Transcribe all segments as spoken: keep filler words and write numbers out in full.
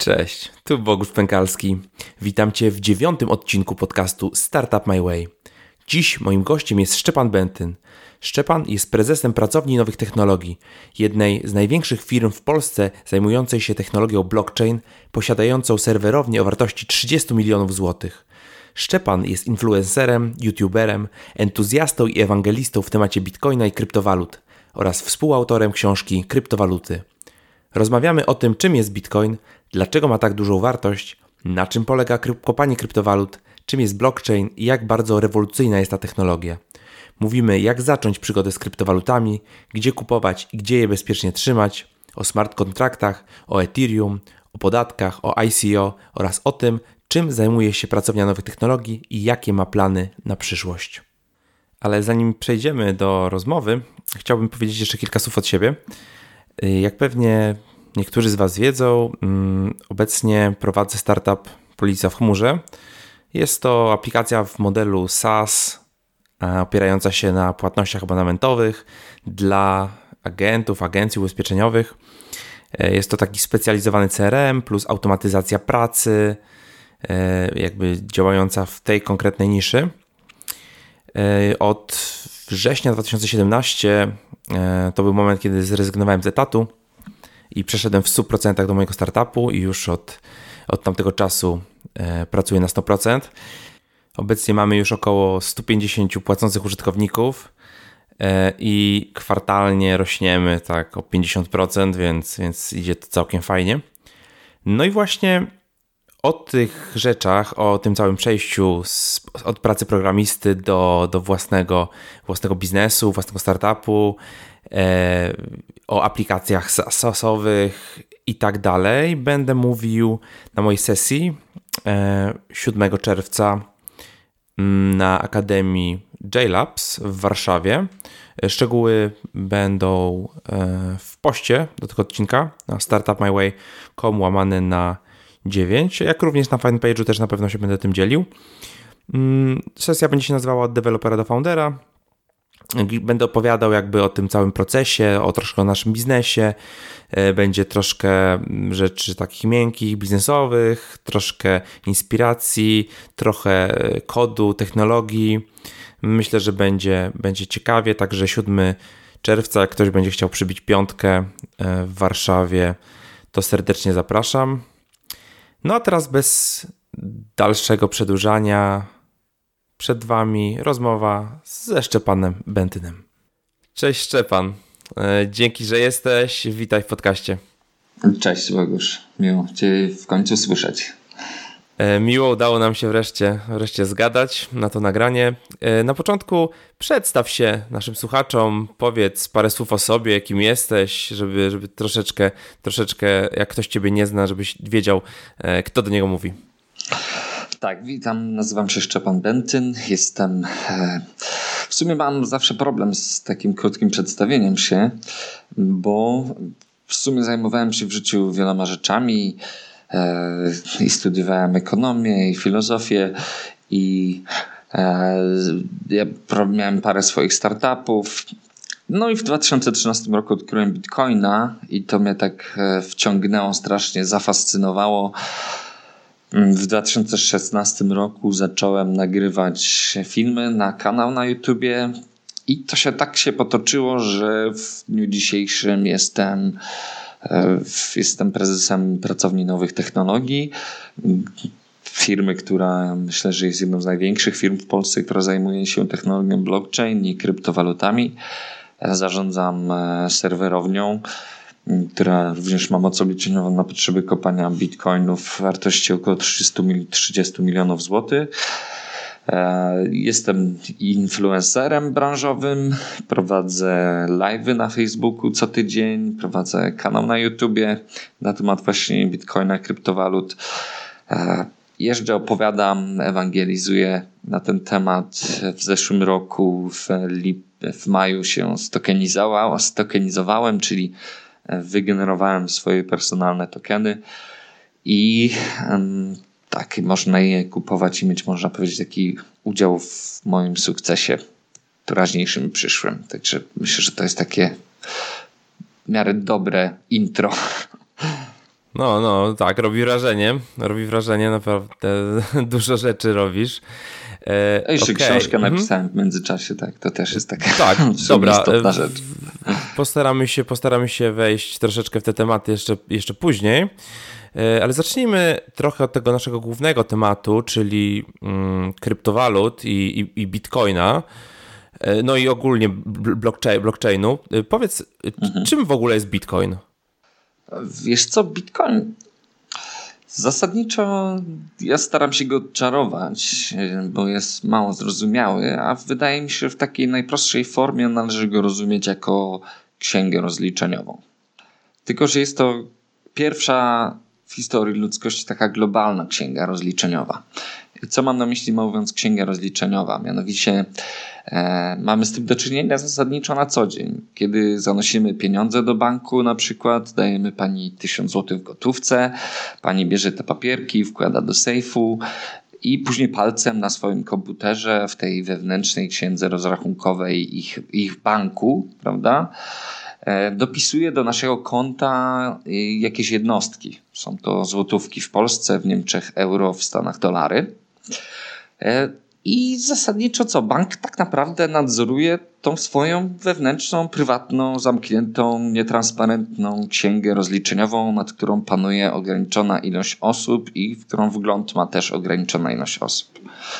Cześć, tu Bogusz Pękalski. Witam Cię w dziewiątym odcinku podcastu Startup My Way. Dziś moim gościem jest Szczepan Bentyn. Szczepan jest prezesem Pracowni Nowych Technologii, jednej z największych firm w Polsce zajmującej się technologią blockchain, posiadającą serwerownię o wartości trzydzieści milionów złotych. Szczepan jest influencerem, youtuberem, entuzjastą i ewangelistą w temacie bitcoina i kryptowalut oraz współautorem książki Kryptowaluty. Rozmawiamy o tym, czym jest bitcoin, dlaczego ma tak dużą wartość, na czym polega kryp- kopanie kryptowalut, czym jest blockchain i jak bardzo rewolucyjna jest ta technologia. Mówimy, jak zacząć przygodę z kryptowalutami, gdzie kupować i gdzie je bezpiecznie trzymać, o smart kontraktach, o Ethereum, o podatkach, o I C O oraz o tym, czym zajmuje się Pracownia Nowych Technologii i jakie ma plany na przyszłość. Ale zanim przejdziemy do rozmowy, chciałbym powiedzieć jeszcze kilka słów od siebie. Jak pewnie niektórzy z Was wiedzą, obecnie prowadzę startup Policja w chmurze. Jest to aplikacja w modelu SaaS, opierająca się na płatnościach abonamentowych dla agentów, agencji ubezpieczeniowych. Jest to taki specjalizowany C R M plus automatyzacja pracy, jakby działająca w tej konkretnej niszy. Od września dwa tysiące siedemnastego to był moment, kiedy zrezygnowałem z etatu i przeszedłem w stu procentach do mojego startupu i już od, od tamtego czasu pracuję na sto procent. Obecnie mamy już około stu pięćdziesięciu płacących użytkowników i kwartalnie rośniemy tak o pięćdziesiąt procent, więc, więc idzie to całkiem fajnie. No i właśnie o tych rzeczach, o tym całym przejściu z, od pracy programisty do, do własnego, własnego biznesu, własnego startupu, e, o aplikacjach SaaS-owych i tak dalej będę mówił na mojej sesji e, siódmego czerwca na Akademii J-Labs w Warszawie. Szczegóły będą e, w poście do tego odcinka na startupmyway kropka com łamane na dziewięć, jak również na fanpage'u też na pewno się będę tym dzielił. Sesja będzie się nazywała od dewelopera do foundera. Będę opowiadał jakby o tym całym procesie, o troszkę o naszym biznesie. Będzie troszkę rzeczy takich miękkich, biznesowych, troszkę inspiracji, trochę kodu, technologii. Myślę, że będzie, będzie ciekawie, także siódmego czerwca, jak ktoś będzie chciał przybić piątkę w Warszawie, to serdecznie zapraszam. No a teraz bez dalszego przedłużania przed Wami rozmowa ze Szczepanem Bentynem. Cześć Szczepan, dzięki, że jesteś, witaj w podcaście. Cześć Bogusz, miło Cię w końcu słyszeć. Miło udało nam się wreszcie, wreszcie zgadać na to nagranie. Na początku przedstaw się naszym słuchaczom, powiedz parę słów o sobie, kim jesteś, żeby, żeby troszeczkę, troszeczkę, jak ktoś Ciebie nie zna, żebyś wiedział, kto do niego mówi. Tak, witam, nazywam się Szczepan Bentyn, jestem... W sumie mam zawsze problem z takim krótkim przedstawieniem się, bo w sumie zajmowałem się w życiu wieloma rzeczami, i studiowałem ekonomię i filozofię i ja miałem parę swoich startupów. No i w dwa tysiące trzynastym roku odkryłem bitcoina i to mnie tak wciągnęło, strasznie zafascynowało. W dwa tysiące szesnastym roku zacząłem nagrywać filmy na kanał na YouTubie i to się tak się potoczyło, że w dniu dzisiejszym jestem Jestem prezesem Pracowni Nowych Technologii, firmy, która myślę, że jest jedną z największych firm w Polsce, która zajmuje się technologią blockchain i kryptowalutami. Zarządzam serwerownią, która również ma moc obliczeniową na potrzeby kopania bitcoinów w wartości około trzydzieści milionów złotych. Jestem influencerem branżowym, prowadzę live'y na Facebooku co tydzień, prowadzę kanał na YouTubie na temat właśnie bitcoina, kryptowalut. Jeżdżę, opowiadam, ewangelizuję na ten temat. W zeszłym roku w, lip- w maju się stokenizowałem, stokenizowałem, czyli wygenerowałem swoje personalne tokeny i um, tak, można je kupować i mieć, można powiedzieć, taki udział w moim sukcesie teraźniejszym i przyszłym. Także myślę, że to jest takie w miarę dobre intro. No, no, tak, robi wrażenie. Robi wrażenie, naprawdę dużo rzeczy robisz. E, A jeszcze okay. książkę mhm. napisałem w międzyczasie, tak, to też jest taka tak, dobra, istotna rzecz. Postaramy się, postaramy się wejść troszeczkę w te tematy jeszcze, jeszcze później, ale zacznijmy trochę od tego naszego głównego tematu, czyli mm, kryptowalut i, i, i bitcoina, no i ogólnie blockchain, blockchainu. Powiedz, mhm. czym w ogóle jest bitcoin? Wiesz co, bitcoin zasadniczo ja staram się go czarować, bo jest mało zrozumiały, a wydaje mi się, że w takiej najprostszej formie należy go rozumieć jako księgę rozliczeniową. Tylko że jest to pierwsza w historii ludzkości taka globalna księga rozliczeniowa. I co mam na myśli mówiąc księga rozliczeniowa? Mianowicie e, mamy z tym do czynienia zasadniczo na co dzień. Kiedy zanosimy pieniądze do banku na przykład, dajemy pani tysiąc złotych w gotówce, pani bierze te papierki, wkłada do sejfu i później palcem na swoim komputerze w tej wewnętrznej księdze rozrachunkowej ich, ich banku, prawda, dopisuje do naszego konta jakieś jednostki. Są to złotówki w Polsce, w Niemczech euro, w Stanach dolary. I zasadniczo co? Bank tak naprawdę nadzoruje tą swoją wewnętrzną, prywatną, zamkniętą, nietransparentną księgę rozliczeniową, nad którą panuje ograniczona ilość osób i w którą wgląd ma też ograniczona ilość osób.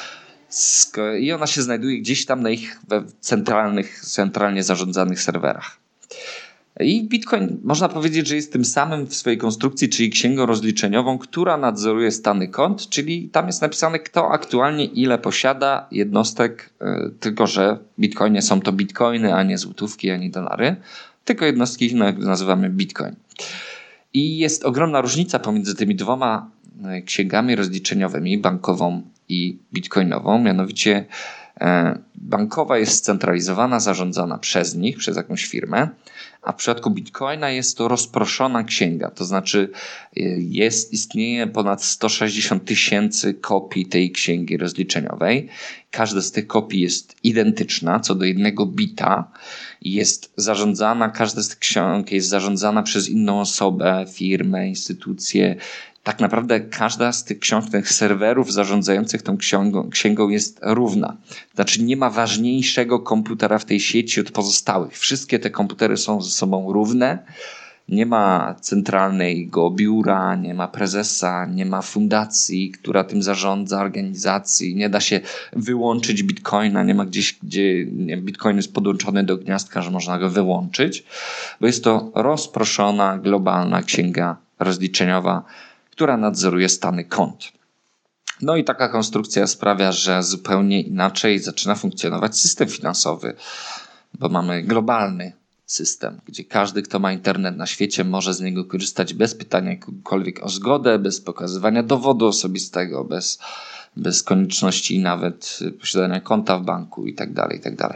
I ona się znajduje gdzieś tam na ich centralnych, centralnie zarządzanych serwerach. I Bitcoin można powiedzieć, że jest tym samym w swojej konstrukcji, czyli księgą rozliczeniową, która nadzoruje stany kont, czyli tam jest napisane, kto aktualnie ile posiada jednostek, tylko że w Bitcoinie są to bitcoiny, a nie złotówki, ani dolary, tylko jednostki nazywamy Bitcoin. I jest ogromna różnica pomiędzy tymi dwoma księgami rozliczeniowymi, bankową i bitcoinową, mianowicie bankowa jest scentralizowana, zarządzana przez nich, przez jakąś firmę, a w przypadku Bitcoina jest to rozproszona księga, to znaczy jest, istnieje ponad sto sześćdziesiąt tysięcy kopii tej księgi rozliczeniowej. Każda z tych kopii jest identyczna co do jednego bita. Jest zarządzana, każda z tych ksiąg jest zarządzana przez inną osobę, firmę, instytucję. Tak naprawdę każda z tych ksiąg, tych serwerów zarządzających tą księgą, księgą jest równa. Znaczy nie ma ważniejszego komputera w tej sieci od pozostałych. Wszystkie te komputery są ze sobą równe. Nie ma centralnego biura, nie ma prezesa, nie ma fundacji, która tym zarządza, organizacji. Nie da się wyłączyć Bitcoina, nie ma gdzieś, gdzie nie, Bitcoin jest podłączony do gniazdka, że można go wyłączyć, bo jest to rozproszona, globalna księga rozliczeniowa, która nadzoruje stany kont. No i taka konstrukcja sprawia, że zupełnie inaczej zaczyna funkcjonować system finansowy, bo mamy globalny system, gdzie każdy, kto ma internet na świecie, może z niego korzystać bez pytania kogokolwiek o zgodę, bez pokazywania dowodu osobistego, bez, bez konieczności nawet posiadania konta w banku itd. itd.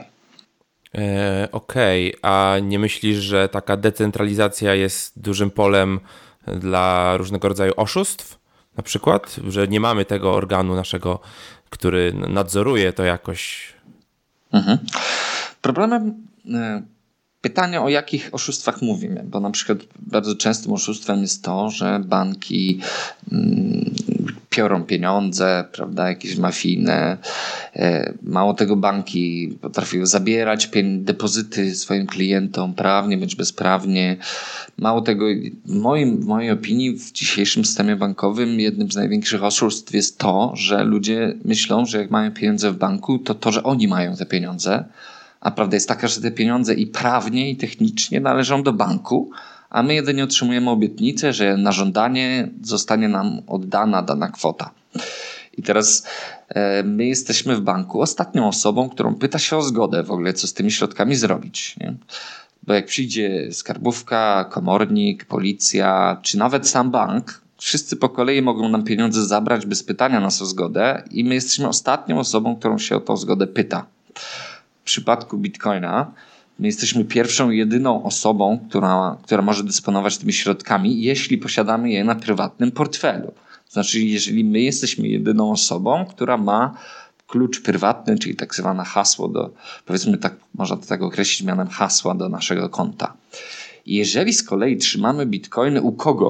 E, Okej, okay. A nie myślisz, że taka decentralizacja jest dużym polem dla różnego rodzaju oszustw? Na przykład, że nie mamy tego organu naszego, który nadzoruje to jakoś. Mhm. Problemem pytania, o jakich oszustwach mówimy, bo na przykład bardzo częstym oszustwem jest to, że banki mm, piorą pieniądze, prawda, jakieś mafijne. Mało tego, banki potrafią zabierać depozyty swoim klientom prawnie bądź bezprawnie. Mało tego, w, moim, w mojej opinii w dzisiejszym systemie bankowym jednym z największych oszustw jest to, że ludzie myślą, że jak mają pieniądze w banku, to to, że oni mają te pieniądze, a prawda jest taka, że te pieniądze i prawnie, i technicznie należą do banku, a my jedynie otrzymujemy obietnicę, że na żądanie zostanie nam oddana dana kwota. I teraz e, my jesteśmy w banku ostatnią osobą, którą pyta się o zgodę w ogóle, co z tymi środkami zrobić. Nie? Bo jak przyjdzie skarbówka, komornik, policja, czy nawet sam bank, wszyscy po kolei mogą nam pieniądze zabrać bez pytania nas o zgodę i my jesteśmy ostatnią osobą, którą się o tą zgodę pyta. W przypadku Bitcoina my jesteśmy pierwszą, jedyną osobą, która, która może dysponować tymi środkami, jeśli posiadamy je na prywatnym portfelu. Znaczy, jeżeli my jesteśmy jedyną osobą, która ma klucz prywatny, czyli tak zwane hasło do, powiedzmy tak, można to tak określić mianem hasła do naszego konta. I jeżeli z kolei trzymamy bitcoiny u kogoś,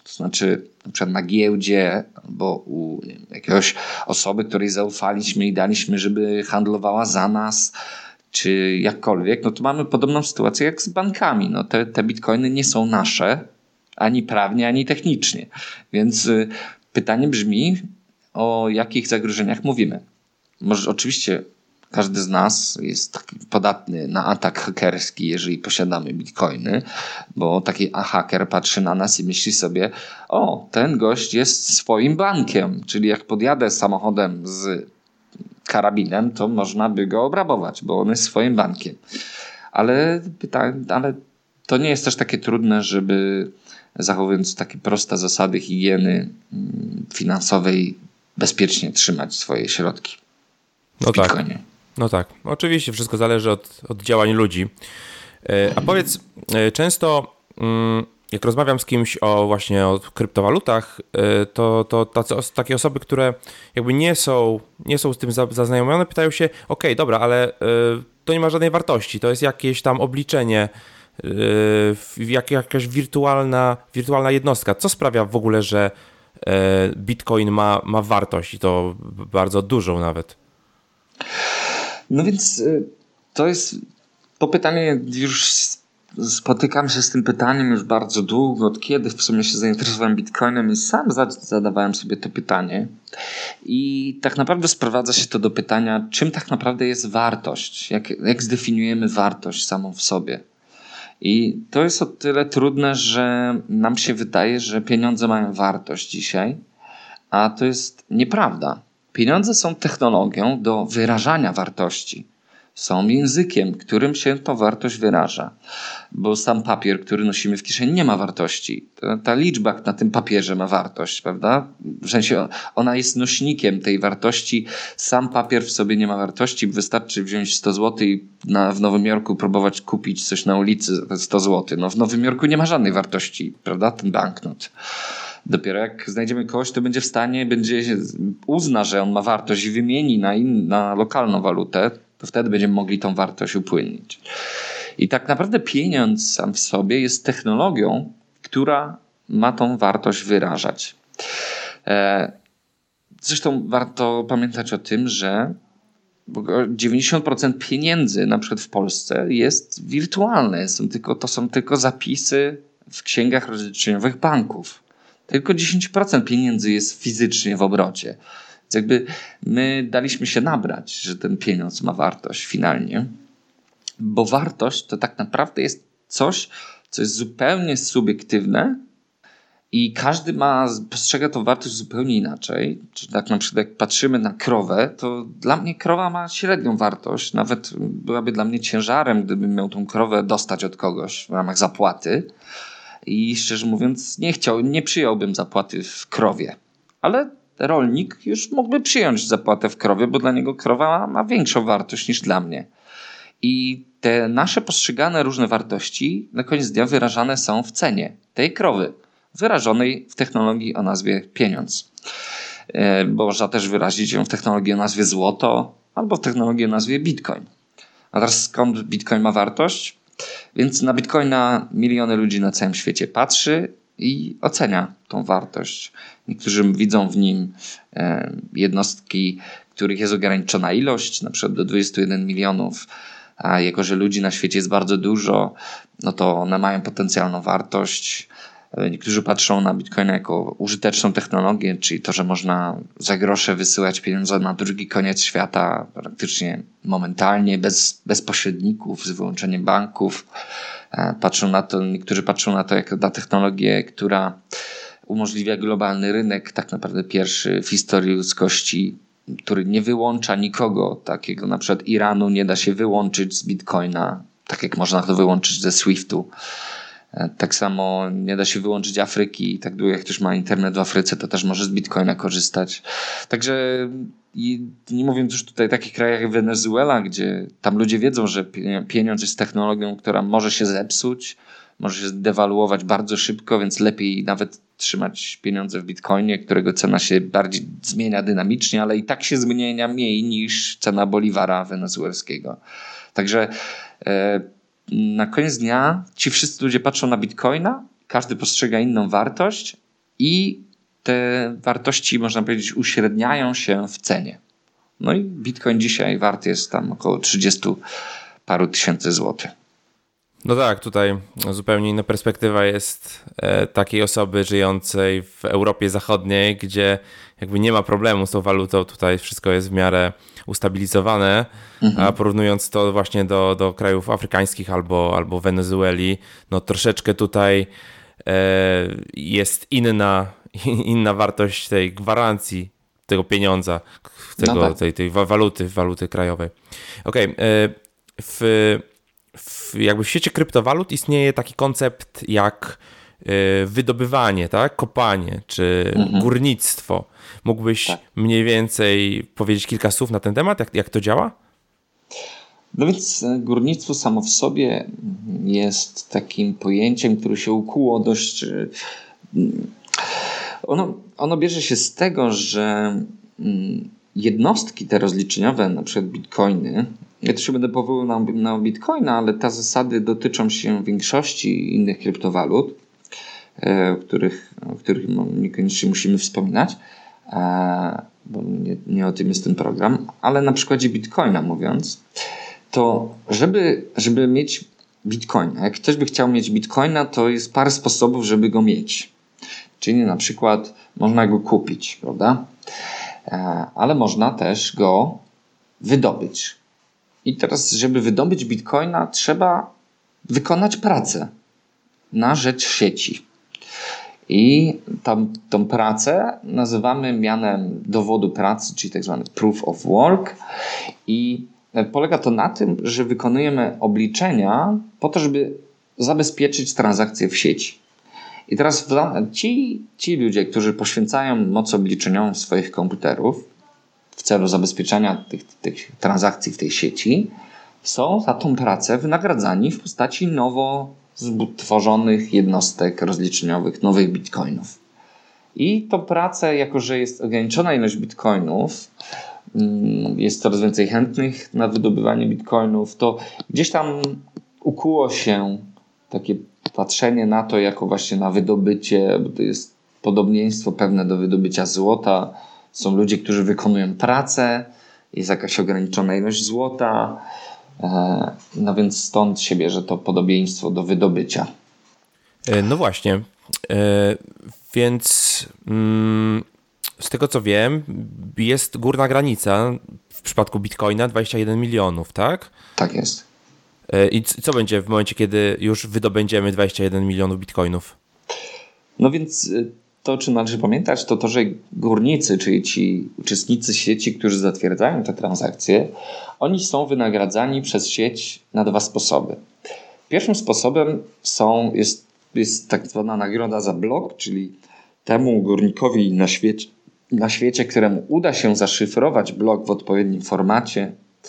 To znaczy na przykład na giełdzie albo u nie wiem, jakiegoś osoby, której zaufaliśmy i daliśmy, żeby handlowała za nas, czy jakkolwiek, no to mamy podobną sytuację jak z bankami. No te, te bitcoiny nie są nasze, ani prawnie, ani technicznie. Więc y, pytanie brzmi, o jakich zagrożeniach mówimy. Może oczywiście każdy z nas jest taki podatny na atak hakerski, jeżeli posiadamy bitcoiny, bo taki haker patrzy na nas i myśli sobie, o, ten gość jest swoim bankiem, czyli jak podjadę samochodem z karabinem, to można by go obrabować, bo on jest swoim bankiem. Ale, pytanie, ale to nie jest też takie trudne, żeby zachowując takie proste zasady higieny finansowej bezpiecznie trzymać swoje środki w no bitcoinie. Tak. No tak, oczywiście wszystko zależy od, od działań ludzi. A powiedz, często jak rozmawiam z kimś o właśnie o kryptowalutach, to, to tacy, takie osoby, które jakby nie są, nie są z tym zaznajomione, pytają się, ok, dobra, ale to nie ma żadnej wartości, to jest jakieś tam obliczenie, jak, jakaś wirtualna, wirtualna jednostka. Co sprawia w ogóle, że Bitcoin ma, ma wartość i to bardzo dużą nawet? No więc to jest to pytanie, już spotykam się z tym pytaniem już bardzo długo, od kiedy w sumie się zainteresowałem Bitcoinem i sam zadawałem sobie to pytanie. I tak naprawdę sprowadza się to do pytania, czym tak naprawdę jest wartość? Jak, jak zdefiniujemy wartość samą w sobie? I to jest o tyle trudne, że nam się wydaje, że pieniądze mają wartość dzisiaj, a to jest nieprawda. Pieniądze są technologią do wyrażania wartości. Są językiem, którym się tą wartość wyraża. Bo sam papier, który nosimy w kieszeni, nie ma wartości. Ta, ta liczba na tym papierze ma wartość, prawda? W sensie ona jest nośnikiem tej wartości. Sam papier w sobie nie ma wartości. Wystarczy wziąć sto złotych i na, w Nowym Jorku próbować kupić coś na ulicy za sto złotych. No w Nowym Jorku nie ma żadnej wartości, prawda? Ten banknot. Dopiero jak znajdziemy kogoś, to będzie w stanie, będzie uzna, że on ma wartość i wymieni na, in, na lokalną walutę, to wtedy będziemy mogli tą wartość upłynnić. I tak naprawdę pieniądz sam w sobie jest technologią, która ma tą wartość wyrażać. Zresztą warto pamiętać o tym, że dziewięćdziesiąt procent pieniędzy na przykład w Polsce jest wirtualne. Są tylko, to są tylko zapisy w księgach rozliczeniowych banków. Tylko dziesięć procent pieniędzy jest fizycznie w obrocie. Więc jakby my daliśmy się nabrać, że ten pieniądz ma wartość finalnie. Bo wartość to tak naprawdę jest coś, co jest zupełnie subiektywne i każdy ma, postrzega tą wartość zupełnie inaczej. Czyli tak na przykład jak patrzymy na krowę, to dla mnie krowa ma średnią wartość. Nawet byłaby dla mnie ciężarem, gdybym miał tą krowę dostać od kogoś w ramach zapłaty. I szczerze mówiąc nie chciał, nie przyjąłbym zapłaty w krowie. Ale rolnik już mógłby przyjąć zapłatę w krowie, bo dla niego krowa ma większą wartość niż dla mnie. I te nasze postrzegane różne wartości na koniec dnia wyrażane są w cenie tej krowy, wyrażonej w technologii o nazwie pieniądz. Bo można też wyrazić ją w technologii o nazwie złoto albo w technologii o nazwie bitcoin. A teraz skąd bitcoin ma wartość? Więc na bitcoina miliony ludzi na całym świecie patrzy i ocenia tą wartość. Niektórzy widzą w nim jednostki, których jest ograniczona ilość, na przykład do dwudziestu jeden milionów, a jako że ludzi na świecie jest bardzo dużo, no to one mają potencjalną wartość. Niektórzy patrzą na bitcoina jako użyteczną technologię, czyli to, że można za grosze wysyłać pieniądze na drugi koniec świata praktycznie momentalnie, bez, bez pośredników, z wyłączeniem banków. Patrzą na to, niektórzy patrzą na to jako na technologię, która umożliwia globalny rynek, tak naprawdę pierwszy w historii ludzkości, który nie wyłącza nikogo, takiego na przykład Iranu nie da się wyłączyć z bitcoina, tak jak można to wyłączyć ze swiftu. Tak samo nie da się wyłączyć Afryki. Tak długo jak ktoś ma internet w Afryce, to też może z bitcoina korzystać. Także nie mówiąc już tutaj o takich krajach jak Wenezuela, gdzie tam ludzie wiedzą, że pieniądz jest technologią, która może się zepsuć, może się dewaluować bardzo szybko, więc lepiej nawet trzymać pieniądze w bitcoinie, którego cena się bardziej zmienia dynamicznie, ale i tak się zmienia mniej niż cena boliwara wenezuelskiego. Także e, na koniec dnia ci wszyscy ludzie patrzą na bitcoina, każdy postrzega inną wartość i te wartości, można powiedzieć, uśredniają się w cenie. No i Bitcoin dzisiaj wart jest tam około trzydzieści paru tysięcy złotych. No tak, tutaj zupełnie inna perspektywa jest e, takiej osoby żyjącej w Europie Zachodniej, gdzie jakby nie ma problemu z tą walutą, tutaj wszystko jest w miarę ustabilizowane, mhm. a porównując to właśnie do, do krajów afrykańskich albo, albo Wenezueli, no troszeczkę tutaj e, jest inna, inna wartość tej gwarancji tego pieniądza, tego, no tak. tej, tej waluty, waluty krajowej. Okej, okay, w W, jakby w świecie kryptowalut istnieje taki koncept jak y, wydobywanie, tak? Kopanie czy mhm. górnictwo. Mógłbyś tak. mniej więcej powiedzieć kilka słów na ten temat, jak, jak to działa? No więc górnictwo samo w sobie jest takim pojęciem, które się ukuło dość... Ono, ono bierze się z tego, że jednostki te rozliczeniowe, na przykład bitcoiny, ja też się będę powoływał na, na bitcoina, ale te zasady dotyczą się większości innych kryptowalut, o których, o których niekoniecznie musimy wspominać, bo nie, nie o tym jest ten program, ale na przykładzie bitcoina mówiąc, to żeby, żeby mieć bitcoina, jak ktoś by chciał mieć bitcoina, to jest parę sposobów, żeby go mieć. Czyli na przykład można go kupić, prawda? Ale można też go wydobyć. I teraz, żeby wydobyć bitcoina, trzeba wykonać pracę na rzecz sieci. I tam, tą pracę nazywamy mianem dowodu pracy, czyli tak zwany proof of work. I polega to na tym, że wykonujemy obliczenia po to, żeby zabezpieczyć transakcje w sieci. I teraz ci, ci ludzie, którzy poświęcają moc obliczeniową swoich komputerów w celu zabezpieczenia tych, tych transakcji w tej sieci, są za tą pracę wynagradzani w postaci nowo tworzonych jednostek rozliczeniowych, nowych bitcoinów. I tą pracę, jako że jest ograniczona ilość bitcoinów, jest coraz więcej chętnych na wydobywanie bitcoinów, to gdzieś tam ukuło się takie patrzenie na to jako właśnie na wydobycie, bo to jest podobieństwo pewne do wydobycia złota. Są ludzie, którzy wykonują pracę, jest jakaś ograniczona ilość złota, no więc stąd się bierze to podobieństwo do wydobycia. No właśnie, więc z tego co wiem, jest górna granica w przypadku bitcoina dwadzieścia jeden milionów, tak? Tak jest. I co będzie w momencie, kiedy już wydobędziemy dwadzieścia jeden milionów bitcoinów? No więc to, o czym należy pamiętać, to to, że górnicy, czyli ci uczestnicy sieci, którzy zatwierdzają te transakcje, oni są wynagradzani przez sieć na dwa sposoby. Pierwszym sposobem są, jest, jest tak zwana nagroda za blok, czyli temu górnikowi na świecie, na świecie, któremu uda się zaszyfrować blok w odpowiednim formacie,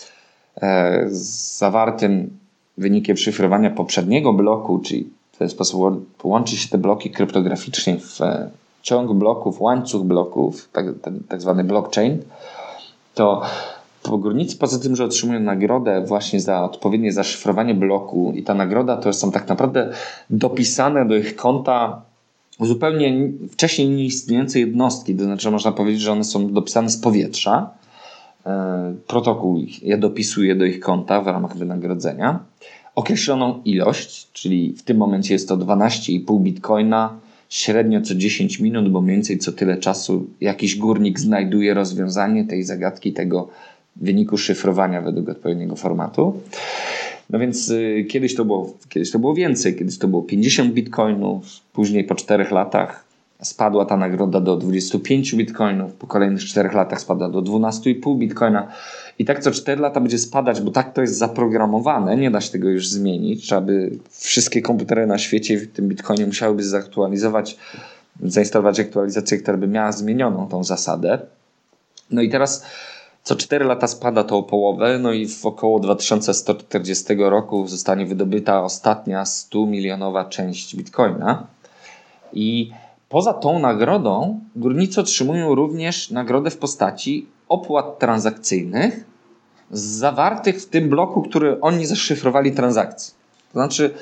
e, z zawartym wynikiem szyfrowania poprzedniego bloku, czyli w ten sposób połączy się te bloki kryptograficznie w ciąg bloków, łańcuch bloków, tak, ten, tak zwany blockchain, to górnicy poza tym, że otrzymują nagrodę właśnie za odpowiednie zaszyfrowanie bloku i ta nagroda to są tak naprawdę dopisane do ich konta zupełnie wcześniej nieistniejące jednostki, to znaczy można powiedzieć, że one są dopisane z powietrza. Protokół je dopisuje do ich konta w ramach wynagrodzenia. Określoną ilość, czyli w tym momencie jest to dwanaście i pół bitcoina, średnio co dziesięć minut, bo mniej więcej co tyle czasu jakiś górnik znajduje rozwiązanie tej zagadki, tego wyniku szyfrowania według odpowiedniego formatu. No więc y, kiedyś, to było, kiedyś to było więcej, kiedyś to było pięćdziesiąt bitcoinów, później po czterech latach spadła ta nagroda do dwudziestu pięciu bitcoinów, po kolejnych czterech latach spada do dwunastu i pół bitcoina. I tak co cztery lata będzie spadać, bo tak to jest zaprogramowane, nie da się tego już zmienić. Trzeba by wszystkie komputery na świecie w tym bitcoinie musiałyby zaktualizować, zainstalować aktualizację, która by miała zmienioną tą zasadę. No i teraz co cztery lata spada to o połowę, no i w około dwa tysiące sto czterdziestego roku zostanie wydobyta ostatnia stu milionowa część bitcoina. I poza tą nagrodą górnicy otrzymują również nagrodę w postaci opłat transakcyjnych zawartych w tym bloku, który oni zaszyfrowali transakcje. To znaczy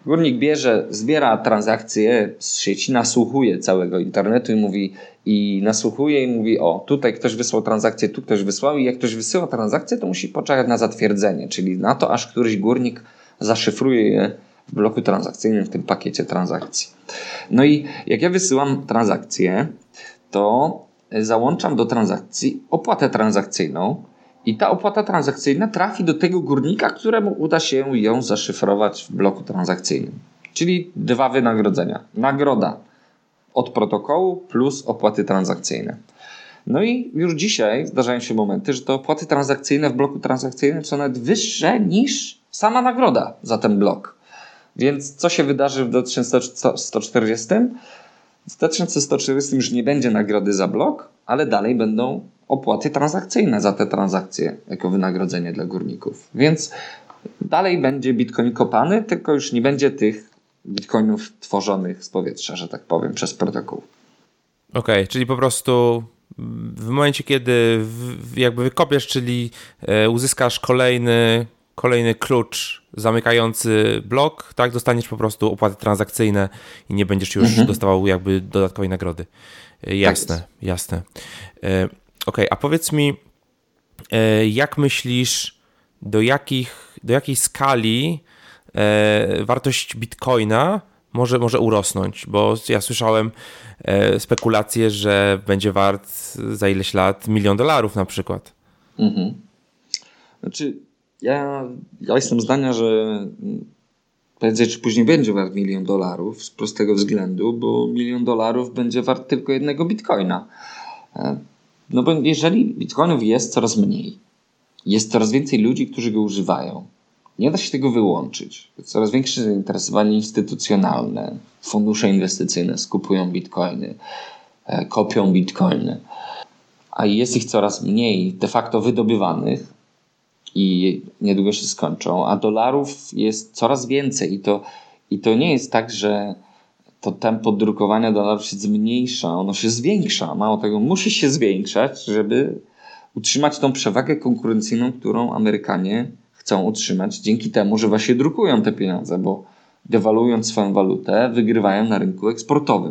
Górnik bierze, zbiera transakcje z sieci, nasłuchuje całego internetu i mówi i nasłuchuje i mówi, o, tutaj ktoś wysłał transakcję, tu ktoś wysłał i jak ktoś wysyła transakcję, to musi poczekać na zatwierdzenie, czyli na to, aż któryś górnik zaszyfruje je w bloku transakcyjnym, w tym pakiecie transakcji. No i jak ja wysyłam transakcję, to załączam do transakcji opłatę transakcyjną i ta opłata transakcyjna trafi do tego górnika, któremu uda się ją zaszyfrować w bloku transakcyjnym. Czyli dwa wynagrodzenia. Nagroda od protokołu plus opłaty transakcyjne. No i już dzisiaj zdarzają się momenty, że te opłaty transakcyjne w bloku transakcyjnym są nawet wyższe niż sama nagroda za ten blok. Więc co się wydarzy w dwa tysiące sto czterdziestym? W dwa tysiące sto czterdziestym już nie będzie nagrody za blok, ale dalej będą opłaty transakcyjne za te transakcje jako wynagrodzenie dla górników. Więc dalej będzie Bitcoin kopany, tylko już nie będzie tych bitcoinów tworzonych z powietrza, że tak powiem, przez protokół. Okej, okay, czyli po prostu w momencie, kiedy w, jakby wykopiesz, czyli e, uzyskasz kolejny, kolejny klucz zamykający blok, tak, dostaniesz po prostu opłaty transakcyjne i nie będziesz już mhm. dostawał jakby dodatkowej nagrody. E, jasne, tak jasne. E, Okej, okay, a powiedz mi, e, jak myślisz, do jakich, do jakiej skali e, wartość Bitcoina może, może urosnąć? Bo ja słyszałem e, spekulacje, że będzie wart za ileś lat milion dolarów na przykład. Mhm. Znaczy, ja, ja jestem zdania, że prędzej czy później będzie wart milion dolarów z prostego względu, bo milion dolarów będzie wart tylko jednego bitcoina. No bo jeżeli bitcoinów jest coraz mniej, jest coraz więcej ludzi, którzy go używają, nie da się tego wyłączyć. Coraz większe zainteresowanie instytucjonalne, fundusze inwestycyjne skupują bitcoiny, kopią bitcoiny, a jest ich coraz mniej de facto wydobywanych i niedługo się skończą, a dolarów jest coraz więcej i to, i to nie jest tak, że to tempo drukowania dolarów się zmniejsza, ono się zwiększa. Mało tego, musi się zwiększać, żeby utrzymać tą przewagę konkurencyjną, którą Amerykanie chcą utrzymać dzięki temu, że właśnie drukują te pieniądze, bo dewaluując swoją walutę, wygrywają na rynku eksportowym.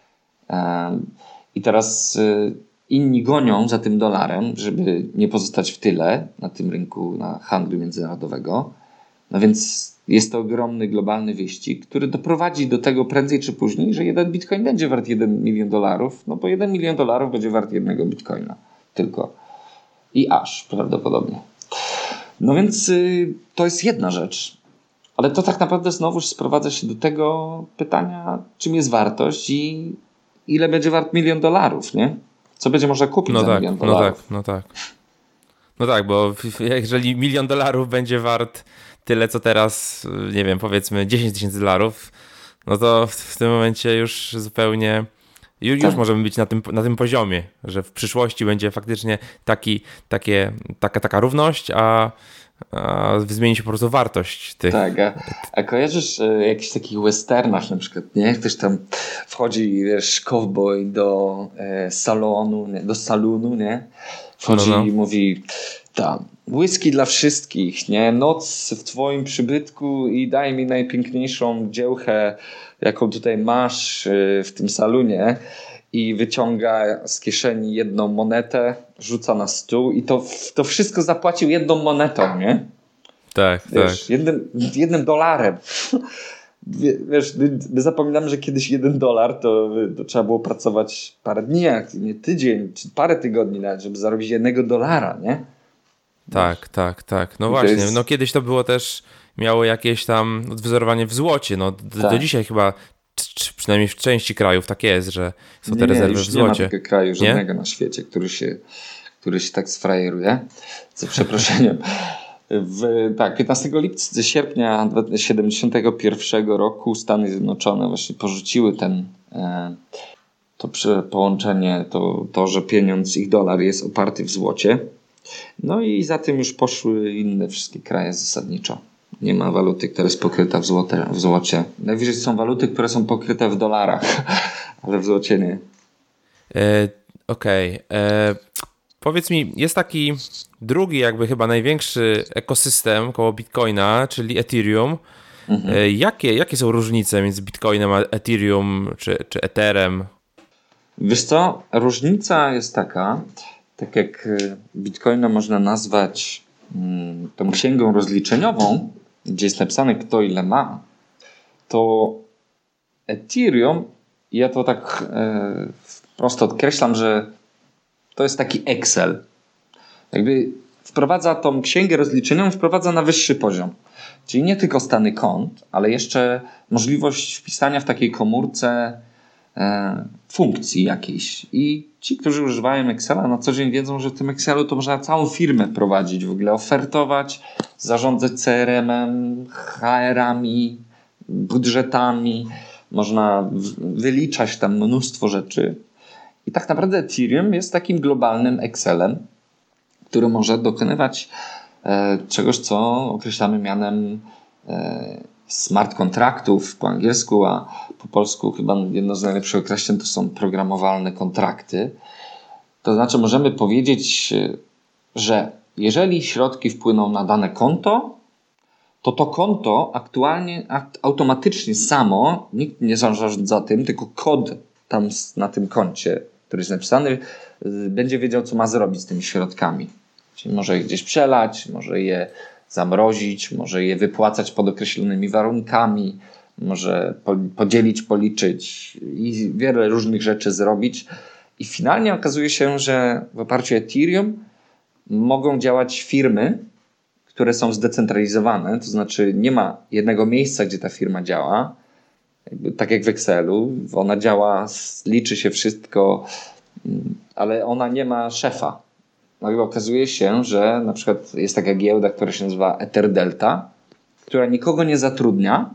I teraz inni gonią za tym dolarem, żeby nie pozostać w tyle na tym rynku, na handlu międzynarodowego. No więc jest to ogromny globalny wyścig, który doprowadzi do tego prędzej czy później, że jeden bitcoin będzie wart jeden milion dolarów, no bo jeden milion dolarów będzie wart jednego bitcoina tylko. I aż prawdopodobnie. No więc y, to jest jedna rzecz. Ale to tak naprawdę znowu sprowadza się do tego pytania, czym jest wartość i ile będzie wart milion dolarów, nie? Co będzie można kupić no za tak, milion dolarów. No tak, no tak. No tak, bo jeżeli milion dolarów będzie wart tyle, co teraz, nie wiem, powiedzmy dziesięć tysięcy dolarów, no to w tym momencie już zupełnie, już, tak. już możemy być na tym, na tym poziomie, że w przyszłości będzie faktycznie taki, takie, taka, taka równość, a, a zmieni się po prostu wartość tych. Tak, a, a kojarzysz e, jakichś takich westernach na przykład, nie? Ktoś tam wchodzi, wiesz, cowboy do e, salonu, nie? do salonu, nie? Wchodzi no, no. i mówi tam, whisky dla wszystkich, nie? Noc w twoim przybytku i daj mi najpiękniejszą dziełchę, jaką tutaj masz w tym salonie, i wyciąga z kieszeni jedną monetę, rzuca na stół i to, to wszystko zapłacił jedną monetą, nie? Tak, wiesz, tak. Jednym, jednym dolarem. Wiesz, my zapominamy, że kiedyś jeden dolar to, to trzeba było pracować parę dni, jak nie tydzień, czy parę tygodni nawet, żeby zarobić jednego dolara, nie? Tak, tak, tak. No właśnie, jest... no kiedyś to było też, miało jakieś tam odwzorowanie w złocie, no do, tak. do dzisiaj chyba, czy przynajmniej w części krajów tak jest, że są te nie, rezerwy nie, już w złocie. Nie ma takiego kraju żadnego nie? na świecie, który się, który się tak sfrajeruje, za przeproszeniem. W, tak, piętnastego lipca, sierpnia tysiąc dziewięćset siedemdziesiątego pierwszego roku Stany Zjednoczone właśnie porzuciły ten e, to połączenie, to, to, że pieniądz, ich dolar jest oparty w złocie. No i za tym już poszły inne wszystkie kraje zasadniczo. Nie ma waluty, która jest pokryta w, złote, w złocie. Najwyżej są waluty, które są pokryte w dolarach, ale w złocie nie. E, Okej. Okay. Powiedz mi, jest taki drugi jakby chyba największy ekosystem koło Bitcoina, czyli Ethereum. Mhm. Jakie, jakie są różnice między Bitcoinem a Ethereum czy, czy Etherem? Wiesz co, różnica jest taka, tak jak Bitcoina można nazwać mm, tą księgą rozliczeniową, gdzie jest napisane kto ile ma, to Ethereum, ja to tak e, prosto odkreślam, że to jest taki Excel. Jakby wprowadza tą księgę rozliczeniową, wprowadza na wyższy poziom. Czyli nie tylko stany kont, ale jeszcze możliwość wpisania w takiej komórce e, funkcji jakiejś. I ci, którzy używają Excela na co dzień wiedzą, że w tym Excelu to można całą firmę prowadzić, w ogóle ofertować, zarządzać C R M-em, H R-ami, budżetami. Można wyliczać tam mnóstwo rzeczy. I tak naprawdę Ethereum jest takim globalnym Excelem, który może dokonywać e, czegoś, co określamy mianem e, smart kontraktów po angielsku, a po polsku chyba jedno z najlepszych określeń to są programowalne kontrakty. To znaczy możemy powiedzieć, że jeżeli środki wpłyną na dane konto, to to konto aktualnie, automatycznie samo, nikt nie zarządza tym, tylko kod tam na tym koncie, który jest napisany, będzie wiedział, co ma zrobić z tymi środkami. Czyli może je gdzieś przelać, może je zamrozić, może je wypłacać pod określonymi warunkami, może podzielić, policzyć i wiele różnych rzeczy zrobić. I finalnie okazuje się, że w oparciu o Ethereum mogą działać firmy, które są zdecentralizowane, to znaczy nie ma jednego miejsca, gdzie ta firma działa, jakby tak jak w Excelu, ona działa, liczy się wszystko, ale ona nie ma szefa. No i okazuje się, że na przykład jest taka giełda, która się nazywa EtherDelta, która nikogo nie zatrudnia,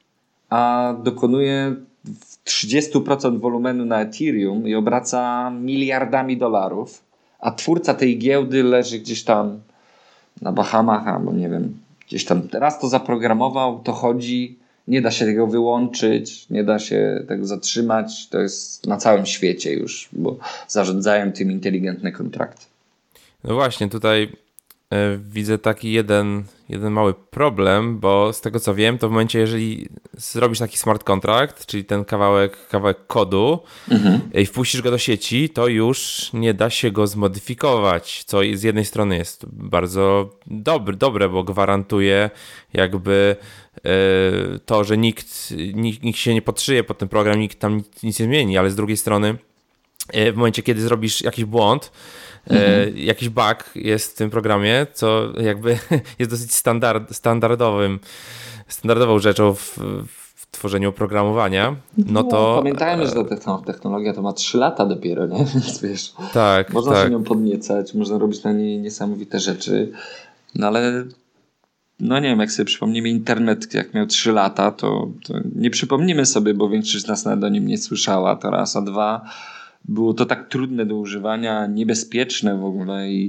a dokonuje trzydzieści procent wolumenu na Ethereum i obraca miliardami dolarów, a twórca tej giełdy leży gdzieś tam na Bahamach, albo nie wiem, gdzieś tam raz to zaprogramował, to chodzi, nie da się tego wyłączyć, nie da się tego zatrzymać, to jest na całym świecie już, bo zarządzają tym inteligentne kontrakty. No właśnie, tutaj y, widzę taki jeden, jeden mały problem, bo z tego co wiem, to w momencie, jeżeli zrobisz taki smart contract, czyli ten kawałek, kawałek kodu mhm. i wpuścisz go do sieci, to już nie da się go zmodyfikować, co z jednej strony jest bardzo dobry, dobre, bo gwarantuje jakby y, to, że nikt, nikt, nikt się nie podszyje pod ten program, nikt tam nic, nic nie zmieni, ale z drugiej strony y, w momencie, kiedy zrobisz jakiś błąd, Mhm. jakiś bug jest w tym programie, co jakby jest dosyć standard, standardowym, standardową rzeczą w, w tworzeniu oprogramowania, no to... No, pamiętajmy, że ta technologia to ma trzy lata dopiero, nie? Więc wiesz, tak, można tak. się nią podniecać, można robić na niej niesamowite rzeczy, no ale no nie wiem, jak sobie przypomnimy internet, jak miał trzy lata, to, to nie przypomnimy sobie, bo większość z nas nawet o nim nie słyszała, to raz, a dwa... Było to tak trudne do używania, niebezpieczne w ogóle i,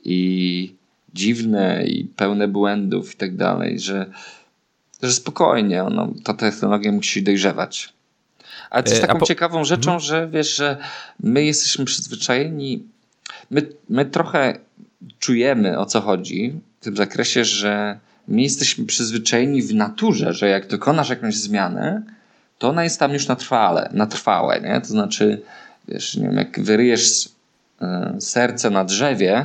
i dziwne i pełne błędów i tak dalej, że, że spokojnie ono, ta technologia musi dojrzewać. Ale też taką po... ciekawą rzeczą, hmm. że wiesz, że my jesteśmy przyzwyczajeni, my, my trochę czujemy, o co chodzi w tym zakresie, że my jesteśmy przyzwyczajeni w naturze, że jak dokonasz jakąś zmianę, to ona jest tam już na trwale, na trwałe, nie? To znaczy wiesz, nie wiem, jak wyryjesz serce na drzewie,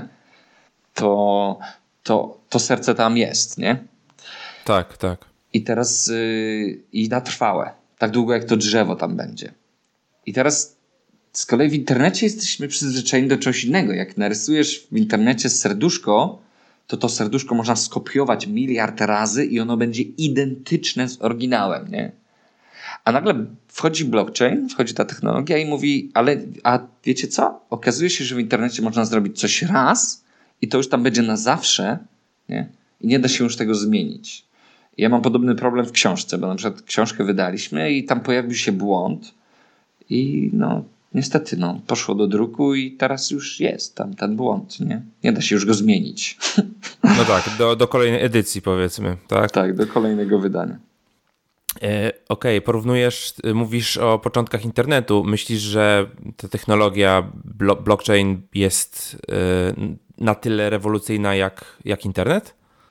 to, to, to serce tam jest, nie? Tak, tak. I teraz yy, i na trwałe. Tak długo, jak to drzewo tam będzie. I teraz z kolei w internecie jesteśmy przyzwyczajeni do czegoś innego. Jak narysujesz w internecie serduszko, to to serduszko można skopiować miliard razy i ono będzie identyczne z oryginałem, nie? A nagle wchodzi blockchain, wchodzi ta technologia i mówi, ale a wiecie co? Okazuje się, że w internecie można zrobić coś raz i to już tam będzie na zawsze, nie? I nie da się już tego zmienić. Ja mam podobny problem w książce, bo na przykład książkę wydaliśmy i tam pojawił się błąd i no niestety no, poszło do druku i teraz już jest tam ten błąd, nie? Nie da się już go zmienić. No tak, do, do kolejnej edycji powiedzmy, tak? Tak, do kolejnego wydania. Okej, okay, porównujesz, mówisz o początkach internetu. Myślisz, że ta technologia blo- blockchain jest yy, na tyle rewolucyjna jak, jak internet?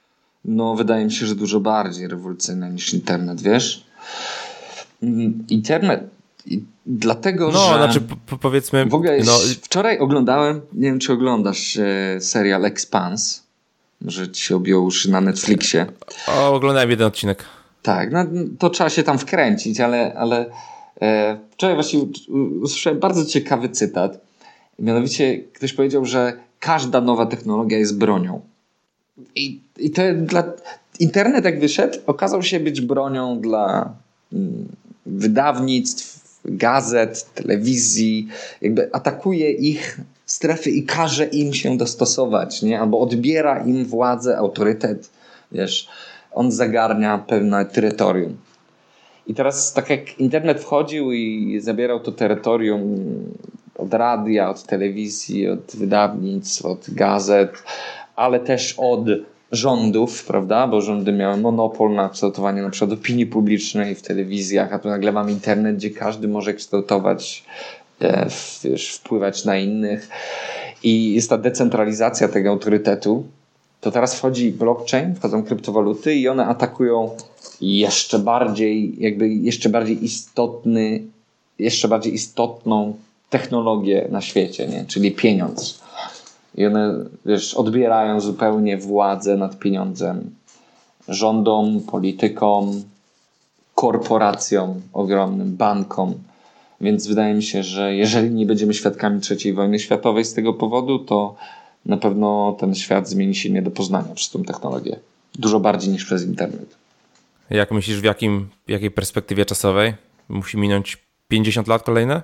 No, wydaje mi się, że dużo bardziej rewolucyjne niż internet, wiesz? Internet... I dlatego, No, że... znaczy po, powiedzmy... W ogóle no, wczoraj oglądałem, nie wiem czy oglądasz e, serial Expanse. Może ci się objął już na Netflixie. o, oglądałem jeden odcinek. Tak, no, to trzeba się tam wkręcić, ale, ale e, wczoraj właśnie usłyszałem bardzo ciekawy cytat. Mianowicie ktoś powiedział, że każda nowa technologia jest bronią. I, i to dla... Internet jak wyszedł, okazał się być bronią dla mm, wydawnictw, gazet, telewizji. Jakby atakuje ich strefy i każe im się dostosować, nie? Albo odbiera im władzę, autorytet. Wiesz, on zagarnia pewne terytorium. I teraz tak jak internet wchodził i zabierał to terytorium od radia, od telewizji, od wydawnictw, od gazet, ale też od rządów, prawda? Bo rządy miały monopol na kształtowanie na przykład opinii publicznej w telewizjach, a tu nagle mamy internet, gdzie każdy może kształtować, e, wiesz, wpływać na innych. I jest ta decentralizacja tego autorytetu. To teraz wchodzi blockchain, wchodzą kryptowaluty i one atakują jeszcze bardziej, jakby jeszcze bardziej istotny, jeszcze bardziej istotną technologię na świecie, nie? Czyli pieniądz. I one, wiesz, odbierają zupełnie władzę nad pieniądzem rządom, politykom, korporacjom ogromnym, bankom. Więc wydaje mi się, że jeżeli nie będziemy świadkami trzeciej wojny światowej z tego powodu, to na pewno ten świat zmieni się nie do poznania przez tą technologię. Dużo bardziej niż przez internet. Jak myślisz, w jakim, w jakiej perspektywie czasowej? Musi minąć pięćdziesiąt lat kolejne?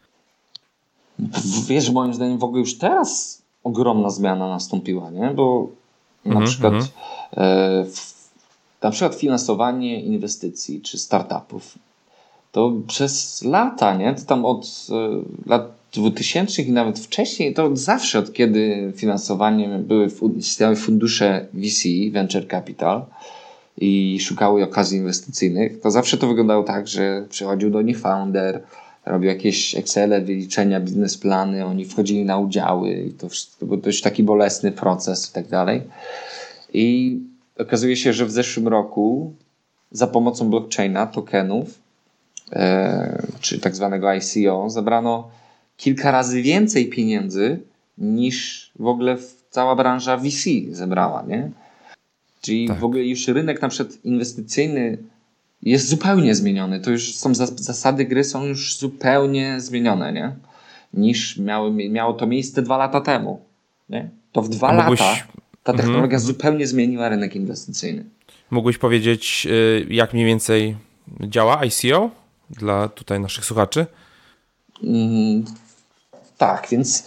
Wiesz, moim zdaniem w ogóle już teraz ogromna zmiana nastąpiła, nie? Bo na Mm-hmm, przykład mm-hmm. e, w, na przykład finansowanie inwestycji czy startupów to przez lata, nie? To tam od e, lat dwutysięcznych i nawet wcześniej, to od zawsze, od kiedy finansowanie były istniały fundusze V C, Venture Capital i szukały okazji inwestycyjnych, to zawsze to wyglądało tak, że przychodził do nich founder, robił jakieś Excele, wyliczenia, biznesplany, oni wchodzili na udziały i to, to był dość taki bolesny proces i tak dalej. I okazuje się, że w zeszłym roku za pomocą blockchaina, tokenów, e, czy tak zwanego I C O, zebrano kilka razy więcej pieniędzy niż w ogóle cała branża V C zebrała, nie? Czyli tak. W ogóle już rynek na przykład inwestycyjny jest zupełnie zmieniony. To już są zasady gry są już zupełnie zmienione, nie? Niż miało, miało to miejsce dwa lata temu. Nie? To w dwa mógłbyś... lata ta technologia mm-hmm. zupełnie zmieniła rynek inwestycyjny. Mógłbyś powiedzieć, jak mniej więcej działa I C O dla tutaj naszych słuchaczy? Mm, tak, więc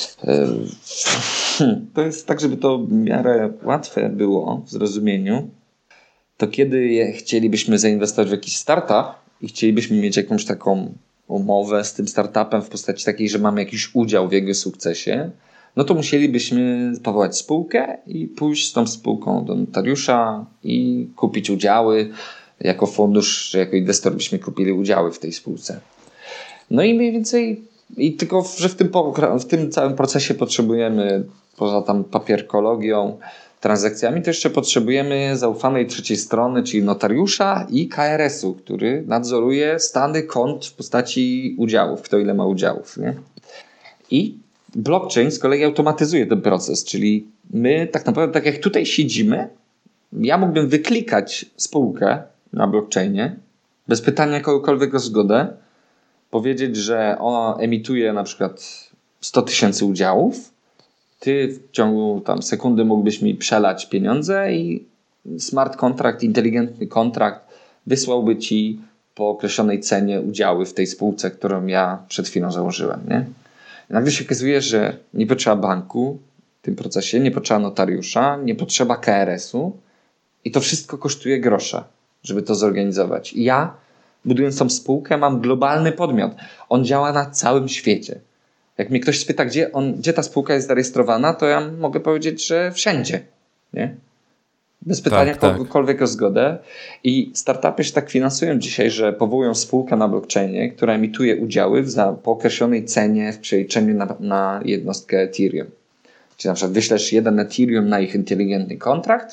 yy, to jest tak, żeby to w miarę łatwe było w zrozumieniu. To kiedy chcielibyśmy zainwestować w jakiś startup i chcielibyśmy mieć jakąś taką umowę z tym startupem w postaci takiej, że mamy jakiś udział w jego sukcesie, no to musielibyśmy powołać spółkę i pójść z tą spółką do notariusza i kupić udziały. Jako fundusz, czy jako inwestor byśmy kupili udziały w tej spółce. No i mniej więcej, i tylko, że w tym, w tym całym procesie potrzebujemy, poza tam papierkologią, transakcjami, to jeszcze potrzebujemy zaufanej trzeciej strony, czyli notariusza i K R S-u, który nadzoruje stany kont w postaci udziałów, kto ile ma udziałów. Nie? I blockchain z kolei automatyzuje ten proces, czyli my tak naprawdę, tak jak tutaj siedzimy, ja mógłbym wyklikać spółkę na blockchainie, bez pytania kogokolwiek o zgodę, powiedzieć, że ona emituje na przykład sto tysięcy udziałów, ty w ciągu tam sekundy mógłbyś mi przelać pieniądze i smart kontrakt, inteligentny kontrakt wysłałby ci po określonej cenie udziały w tej spółce, którą ja przed chwilą założyłem. Nie? I nagle się okazuje, że nie potrzeba banku w tym procesie, nie potrzeba notariusza, nie potrzeba K R S-u i to wszystko kosztuje grosze, żeby to zorganizować. I ja, budując tą spółkę, mam globalny podmiot. On działa na całym świecie. Jak mnie ktoś spyta, gdzie, on, gdzie ta spółka jest zarejestrowana, to ja mogę powiedzieć, że wszędzie. Nie? Bez pytania tak, kogokolwiek tak. o zgodę. I startupy się tak finansują dzisiaj, że powołują spółkę na blockchainie, która emituje udziały za, po określonej cenie w przeliczeniu na, na jednostkę Ethereum. Czyli na przykład wyślesz jeden Ethereum na ich inteligentny kontrakt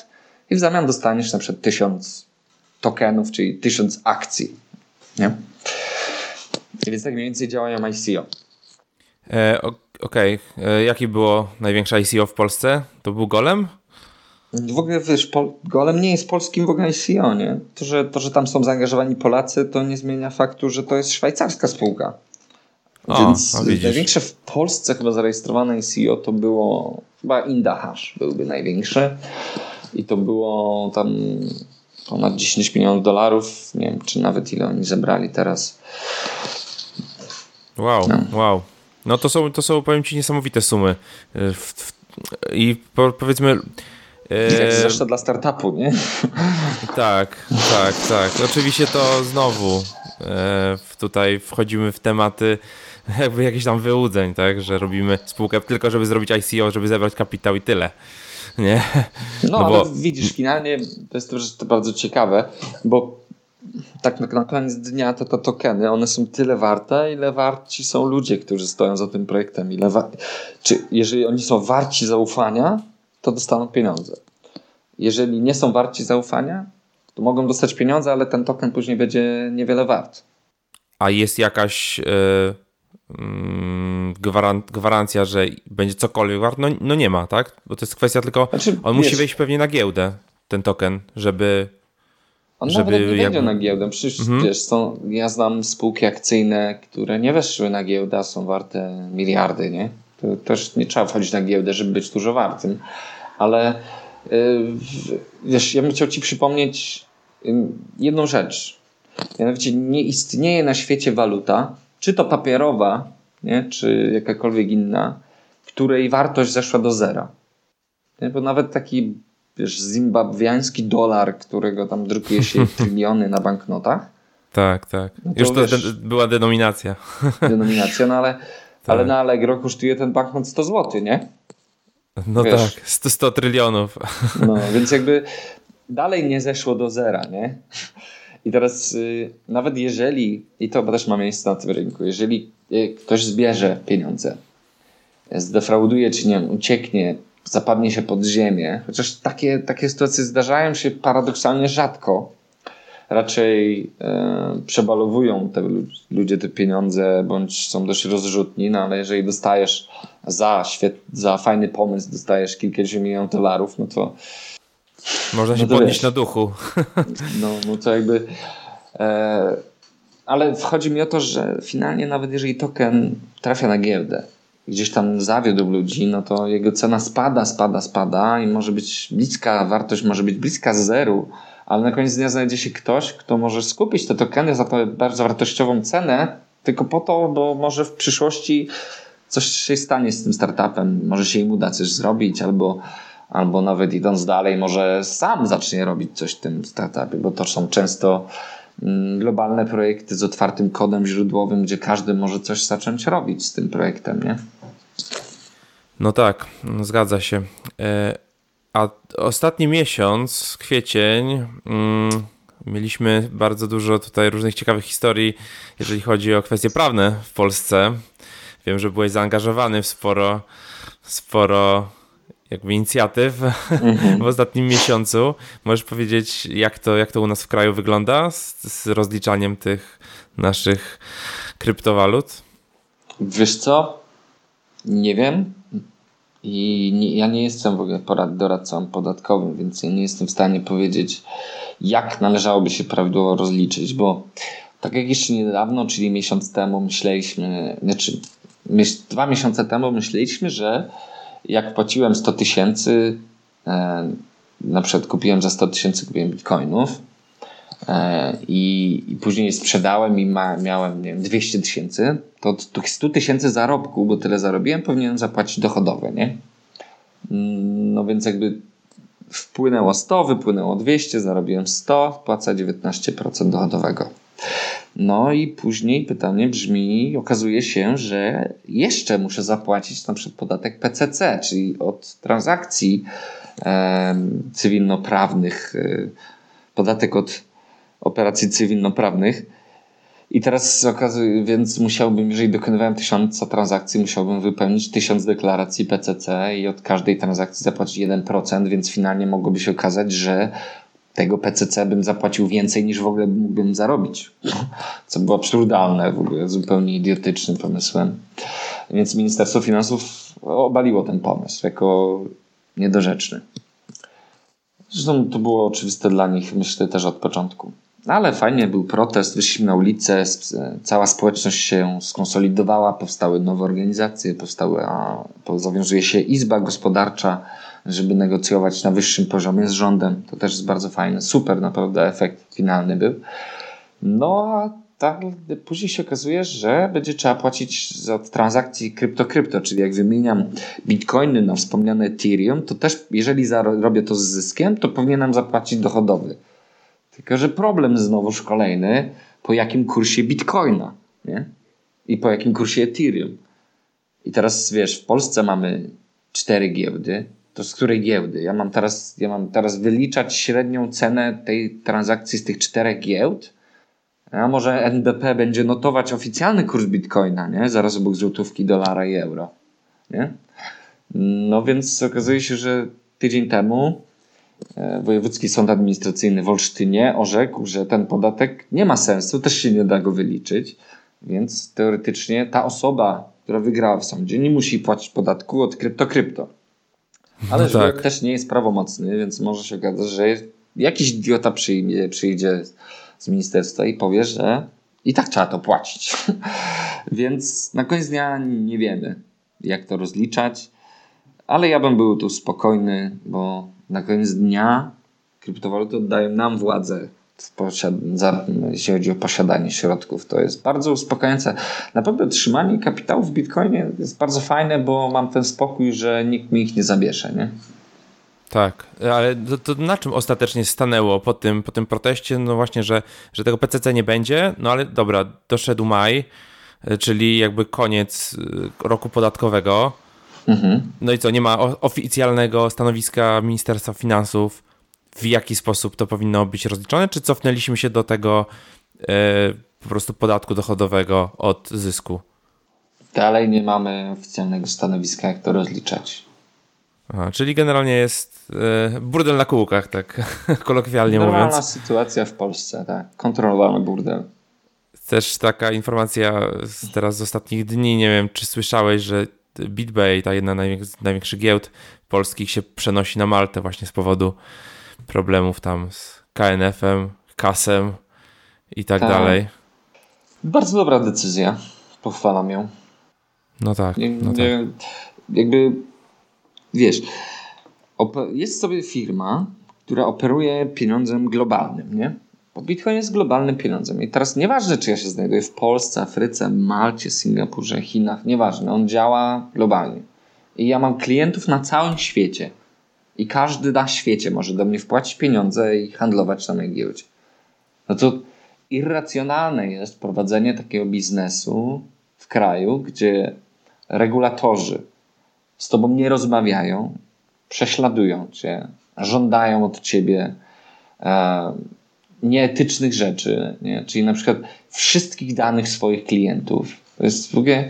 i w zamian dostaniesz na przykład tysiąc tokenów, czyli tysiąc akcji. Nie? I więc tak mniej więcej działają I C O. E, Okej, okay. e, Jaki było największe I C O w Polsce? To był Golem? W ogóle wiesz, Pol- Golem nie jest polskim w ogóle I C O, nie? To że, to, że tam są zaangażowani Polacy, to nie zmienia faktu, że to jest szwajcarska spółka. O, Więc no największe w Polsce chyba zarejestrowane I C O to było chyba Indahash byłby największy i to było tam ponad dziesięć milionów dolarów, nie wiem czy nawet ile oni zebrali teraz. Wow, no. wow. No to są, to są, powiem ci, niesamowite sumy. W, w, I po, powiedzmy... Jak zwłaszcza dla startupu, nie? Tak, tak, tak. Oczywiście to znowu e, tutaj wchodzimy w tematy jakby jakichś tam wyłudzeń, tak? Że robimy spółkę tylko, żeby zrobić I C O, żeby zebrać kapitał i tyle. Nie? No, no ale bo... widzisz, finalnie to jest też to bardzo ciekawe, bo tak na, na koniec dnia te, te tokeny, one są tyle warte, ile warci są ludzie, którzy stoją za tym projektem. Ile wa- Czy jeżeli oni są warci zaufania, to dostaną pieniądze. Jeżeli nie są warci zaufania, to mogą dostać pieniądze, ale ten token później będzie niewiele wart. A jest jakaś yy, yy, gwaran- gwarancja, że będzie cokolwiek wart? No, no nie ma, tak? Bo to jest kwestia tylko... Znaczy, on wiesz, musi wejść pewnie na giełdę, ten token, żeby... On żeby nawet nie jakby... wejdzie na giełdę. Przecież mhm. wiesz, są, ja znam spółki akcyjne, które nie weszły na giełdę, a są warte miliardy, nie? To też nie trzeba wchodzić na giełdę, żeby być dużo wartym. Ale yy, wiesz, ja bym chciał ci przypomnieć yy, jedną rzecz. Mianowicie nie istnieje na świecie waluta, czy to papierowa, nie? Czy jakakolwiek inna, której wartość zeszła do zera. Nie? Bo nawet taki wiesz, zimbabwiański dolar, którego tam drukuje się tryliony na banknotach. Tak, tak. No to Już to wiesz, de- była denominacja. Denominacja, no ale, tak. ale na Allegro kosztuje ten banknot sto złotych, nie? No Wiesz, tak, sto, sto trylionów. No, więc jakby dalej nie zeszło do zera, nie? I teraz y, nawet jeżeli, i to też ma miejsce na tym rynku, jeżeli y, ktoś zbierze pieniądze, zdefrauduje czy nie wiem, ucieknie, zapadnie się pod ziemię, chociaż takie, takie sytuacje zdarzają się paradoksalnie rzadko, raczej e, przebalowują te ludzie te pieniądze, bądź są dość rozrzutni, no ale jeżeli dostajesz za, świet, za fajny pomysł, dostajesz kilkadziesiąt milionów dolarów, no to można się no to podnieść wiesz, na duchu. No, no to jakby e, ale chodzi mi o to, że finalnie nawet jeżeli token trafia na giełdę, gdzieś tam zawiódł ludzi, no to jego cena spada, spada, spada i może być bliska, wartość może być bliska zeru, ale na koniec dnia znajdzie się ktoś, kto może skupić te tokeny za tę bardzo wartościową cenę, tylko po to, bo może w przyszłości coś się stanie z tym startupem, może się im uda coś zrobić, albo, albo nawet idąc dalej, może sam zacznie robić coś w tym startupie, bo to są często globalne projekty z otwartym kodem źródłowym, gdzie każdy może coś zacząć robić z tym projektem, nie? No tak, zgadza się. A ostatni miesiąc, kwiecień, mm, mieliśmy bardzo dużo tutaj różnych ciekawych historii, jeżeli chodzi o kwestie prawne w Polsce. Wiem, że byłeś zaangażowany w sporo, sporo jakby inicjatyw mm-hmm. w ostatnim miesiącu. Możesz powiedzieć, jak to, jak to u nas w kraju wygląda z, z rozliczaniem tych naszych kryptowalut? Wiesz co? Nie wiem. I nie, ja nie jestem w ogóle porad, doradcą podatkowym, więc ja nie jestem w stanie powiedzieć, jak należałoby się prawidłowo rozliczyć, bo tak jak jeszcze niedawno, czyli miesiąc temu myśleliśmy, znaczy dwa miesiące temu myśleliśmy, że jak płaciłem sto tysięcy, e, na przykład kupiłem za sto tysięcy kupiłem bitcoinów e, i, i później je sprzedałem i ma, miałem nie wiem, dwieście tysięcy, to od tych stu tysięcy zarobku, bo tyle zarobiłem, powinienem zapłacić dochodowe, nie? No więc jakby wpłynęło sto, wypłynęło dwieście, zarobiłem sto, płacę dziewiętnaście procent dochodowego. No i później pytanie brzmi, okazuje się, że jeszcze muszę zapłacić na przykład podatek P C C, czyli od transakcji e, cywilnoprawnych, e, podatek od operacji cywilnoprawnych. I teraz z okazji, więc musiałbym, jeżeli dokonywałem tysiąca transakcji, musiałbym wypełnić tysiąc deklaracji P C C i od każdej transakcji zapłacić jeden procent, więc finalnie mogłoby się okazać, że tego P C C bym zapłacił więcej niż w ogóle mógłbym zarobić. Co było absurdalne, w ogóle zupełnie idiotycznym pomysłem. Więc Ministerstwo Finansów obaliło ten pomysł jako niedorzeczny. Zresztą to było oczywiste dla nich, myślę, też od początku. Ale fajnie, był protest, wyszliśmy na ulicę, cała społeczność się skonsolidowała, powstały nowe organizacje, powstały, a, zawiązuje się izba gospodarcza, żeby negocjować na wyższym poziomie z rządem. To też jest bardzo fajne, super naprawdę efekt finalny był. No a tak, później się okazuje, że będzie trzeba płacić za transakcji krypto-krypto, czyli jak wymieniam bitcoiny na wspomniane Ethereum, to też jeżeli robię to z zyskiem, to powinienem zapłacić dochodowy. Tylko że problem znowuż kolejny, po jakim kursie bitcoina, nie? I po jakim kursie Ethereum. I teraz wiesz, w Polsce mamy cztery giełdy, to z której giełdy? Ja mam teraz, ja mam teraz wyliczać średnią cenę tej transakcji z tych czterech giełd, a może N B P będzie notować oficjalny kurs bitcoina, nie? Zaraz obok złotówki, dolara i euro, nie? No więc okazuje się, że tydzień temu Wojewódzki Sąd Administracyjny w Olsztynie orzekł, że ten podatek nie ma sensu, też się nie da go wyliczyć, więc teoretycznie ta osoba, która wygrała w sądzie, nie musi płacić podatku od krypto-krypto. Ale no tak. Też nie jest prawomocny, więc może się okazać, że jakiś idiota przyjdzie, przyjdzie z ministerstwa i powie, że i tak trzeba to płacić. Więc na koniec dnia nie wiemy, jak to rozliczać, ale ja bym był tu spokojny, bo na koniec dnia kryptowaluty oddają nam władzę, posiad- za, jeśli chodzi o posiadanie środków. To jest bardzo uspokajające. Naprawdę trzymanie kapitału w Bitcoinie jest bardzo fajne, bo mam ten spokój, że nikt mi ich nie zabierze, nie? Tak, ale to, to na czym ostatecznie stanęło po tym, po tym proteście? No właśnie, że, że tego P C C nie będzie, no ale dobra, doszedł maj, czyli jakby koniec roku podatkowego. Mhm. No i co, nie ma oficjalnego stanowiska Ministerstwa Finansów, w jaki sposób to powinno być rozliczone, czy cofnęliśmy się do tego e, po prostu podatku dochodowego od zysku? Dalej nie mamy oficjalnego stanowiska, jak to rozliczać. Aha, czyli generalnie jest e, burdel na kółkach, tak kolokwialnie Normalna mówiąc. Normalna sytuacja w Polsce, tak. Kontrolowany burdel. Też taka informacja z, teraz z ostatnich dni, nie wiem, czy słyszałeś, że BitBay, ta jedna z największych giełd polskich, się przenosi na Maltę właśnie z powodu problemów tam z K N F-em, kasem i tak, tak dalej. Bardzo dobra decyzja. Pochwalam ją. No tak. Nie, no nie, tak. Jakby, wiesz, jest sobie firma, która operuje pieniądzem globalnym, nie? Bo Bitcoin jest globalnym pieniądzem. I teraz nieważne, czy ja się znajduję w Polsce, Afryce, Malcie, Singapurze, Chinach, nieważne. On działa globalnie. I ja mam klientów na całym świecie. I każdy na świecie może do mnie wpłacić pieniądze i handlować na mojej giełdzie. No to irracjonalne jest prowadzenie takiego biznesu w kraju, gdzie regulatorzy z tobą nie rozmawiają, prześladują cię, żądają od ciebie e, nieetycznych rzeczy, nie? Czyli na przykład wszystkich danych swoich klientów. To jest w ogóle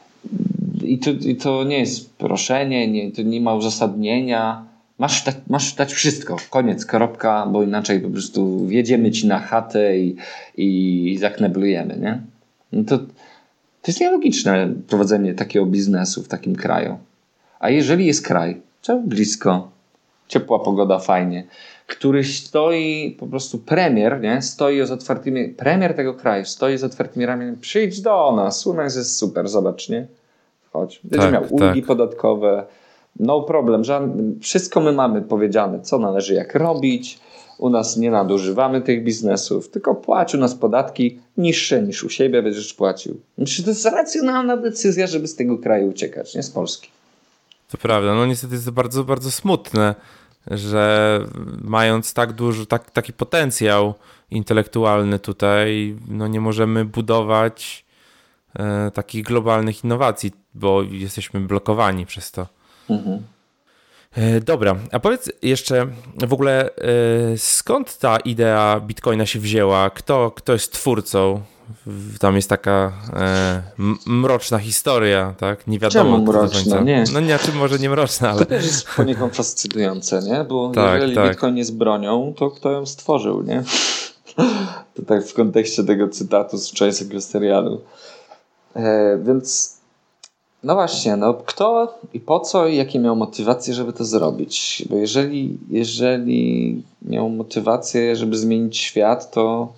i to, i to nie jest proszenie, nie, to nie ma uzasadnienia. Masz dać, masz dać wszystko, koniec, kropka, bo inaczej po prostu wjedziemy ci na chatę i, i zakneblujemy, nie? No to, to jest nielogiczne prowadzenie takiego biznesu w takim kraju. A jeżeli jest kraj, co blisko, ciepła pogoda, fajnie, który stoi, po prostu premier, nie? Stoi z otwartymi, premier tego kraju stoi z otwartymi ramionami, przyjdź do nas, u nas jest super, zobacz, nie? Chodź, będzie tak, miał ulgi tak. podatkowe, no problem, żadne, wszystko my mamy powiedziane, co należy jak robić, u nas nie nadużywamy tych biznesów, tylko płać u nas podatki niższe niż u siebie będziesz płacił. Myślę, to jest racjonalna decyzja, żeby z tego kraju uciekać, nie z Polski. To prawda, no niestety jest to bardzo, bardzo smutne, że mając tak duży, tak, taki potencjał intelektualny tutaj, no nie możemy budować e, takich globalnych innowacji, bo jesteśmy blokowani przez to. Mhm. E, dobra, a powiedz jeszcze w ogóle e, skąd ta idea Bitcoina się wzięła? Kto, kto jest twórcą Tam jest taka e, mroczna historia, tak? Nie wiadomo. Czemu mroczna? Nie. No nie, czy może nie mroczna, ale... To też jest poniekąd fascynujące, nie? Bo tak, jeżeli tak. Bitcoin jest bronią, to kto ją stworzył, nie? To tak w kontekście tego cytatu z wczorajszego serialu. E, więc no właśnie, no kto i po co i jakie miał motywacje, żeby to zrobić? Bo jeżeli, jeżeli miał motywację, żeby zmienić świat, to,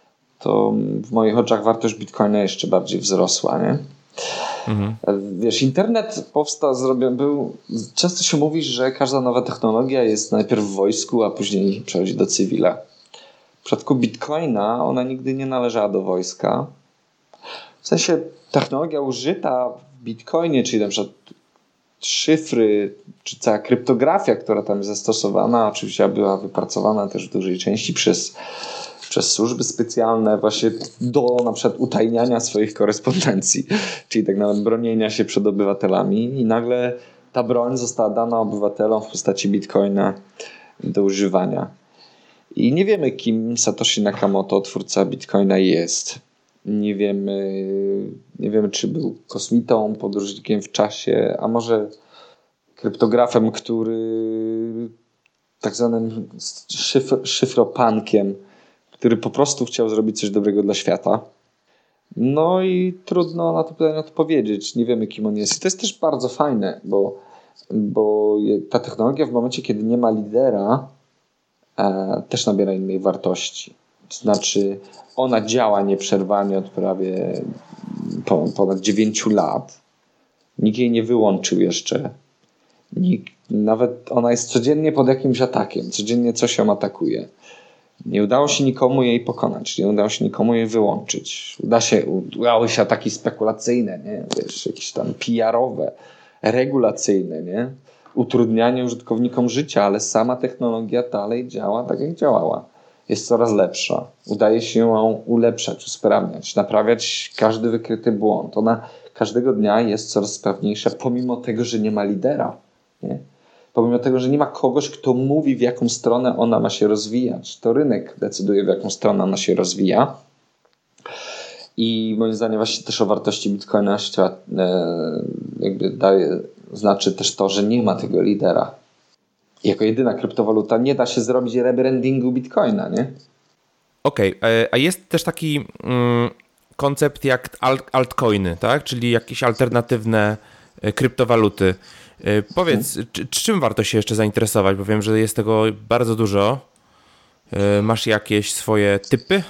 to w moich oczach wartość Bitcoina jeszcze bardziej wzrosła, nie? Mhm. Wiesz, internet powstał, zrobił, był... Często się mówi, że każda nowa technologia jest najpierw w wojsku, a później przechodzi do cywila. W przypadku Bitcoina ona nigdy nie należała do wojska. W sensie technologia użyta w Bitcoinie, czyli na przykład szyfry, czy cała kryptografia, która tam jest zastosowana, oczywiście była wypracowana też w dużej części przez, przez służby specjalne właśnie do na przykład utajniania swoich korespondencji, czyli tak naprawdę bronienia się przed obywatelami i nagle ta broń została dana obywatelom w postaci Bitcoina do używania. I nie wiemy, kim Satoshi Nakamoto, twórca Bitcoina, jest. Nie wiemy, nie wiemy, czy był kosmitą, podróżnikiem w czasie, a może kryptografem, który tak zwanym szyfr, szyfropankiem, który po prostu chciał zrobić coś dobrego dla świata. No i trudno na to pytanie odpowiedzieć. Nie wiemy, kim on jest. I to jest też bardzo fajne, bo, bo ta technologia w momencie, kiedy nie ma lidera, e, też nabiera innej wartości. To znaczy ona działa nieprzerwanie od prawie ponad dziewięciu lat. Nikt jej nie wyłączył jeszcze. Nikt, nawet ona jest codziennie pod jakimś atakiem. Codziennie coś ją atakuje. Nie udało się nikomu jej pokonać. Nie udało się nikomu jej wyłączyć. Uda się, udały się ataki spekulacyjne, nie? Wiesz, jakieś tam P R-owe, regulacyjne, nie? Utrudnianie użytkownikom życia, ale sama technologia dalej działa tak, jak działała. Jest coraz lepsza. Udaje się ją ulepszać, usprawniać, naprawiać każdy wykryty błąd. Ona każdego dnia jest coraz sprawniejsza, pomimo tego, że nie ma lidera. Nie? Pomimo tego, że nie ma kogoś, kto mówi, w jaką stronę ona ma się rozwijać. To rynek decyduje, w jaką stronę ona się rozwija. I moim zdaniem właśnie też o wartości Bitcoina jakby daje, znaczy też to, że nie ma tego lidera. Jako jedyna kryptowaluta nie da się zrobić rebrandingu Bitcoina, nie? Okej, okay, a jest też taki mm, koncept jak alt, altcoiny, tak? Czyli jakieś alternatywne kryptowaluty. Powiedz, hmm. czy, czym warto się jeszcze zainteresować? Bo wiem, że jest tego bardzo dużo. Masz jakieś swoje typy?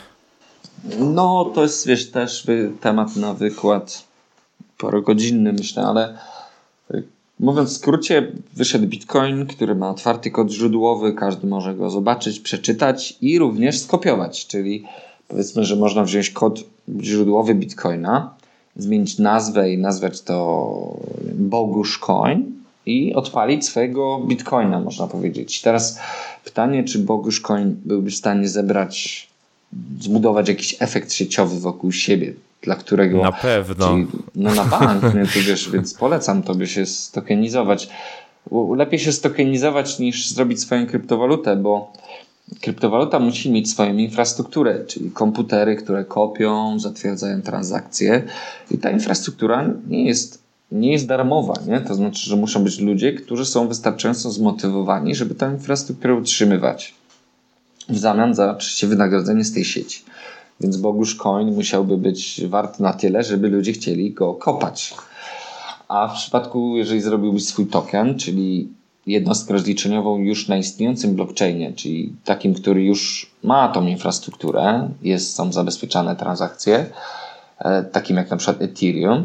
No, to jest, wiesz, też temat na wykład parogodzinny, myślę, ale mówiąc w skrócie, wyszedł Bitcoin, który ma otwarty kod źródłowy, każdy może go zobaczyć, przeczytać i również skopiować, czyli powiedzmy, że można wziąć kod źródłowy Bitcoina, zmienić nazwę i nazwać to Bogusz Coin i odpalić swojego Bitcoina, można powiedzieć. Teraz pytanie, czy Bogusz Coin byłby w stanie zebrać, zbudować jakiś efekt sieciowy wokół siebie, dla którego... Na pewno. Czyli, no na bank, nie, tu wiesz, więc polecam tobie się stokenizować. Lepiej się stokenizować niż zrobić swoją kryptowalutę, bo kryptowaluta musi mieć swoją infrastrukturę, czyli komputery, które kopią, zatwierdzają transakcje i ta infrastruktura nie jest, nie jest darmowa, nie? To znaczy, że muszą być ludzie, którzy są wystarczająco zmotywowani, żeby tę infrastrukturę utrzymywać. W zamian za oczywiście wynagrodzenie z tej sieci. Więc Bogusz Coin musiałby być wart na tyle, żeby ludzie chcieli go kopać. A w przypadku, jeżeli zrobiłbyś swój token, czyli jednostkę rozliczeniową już na istniejącym blockchainie, czyli takim, który już ma tą infrastrukturę, jest, są zabezpieczane transakcje, takim jak na przykład Ethereum,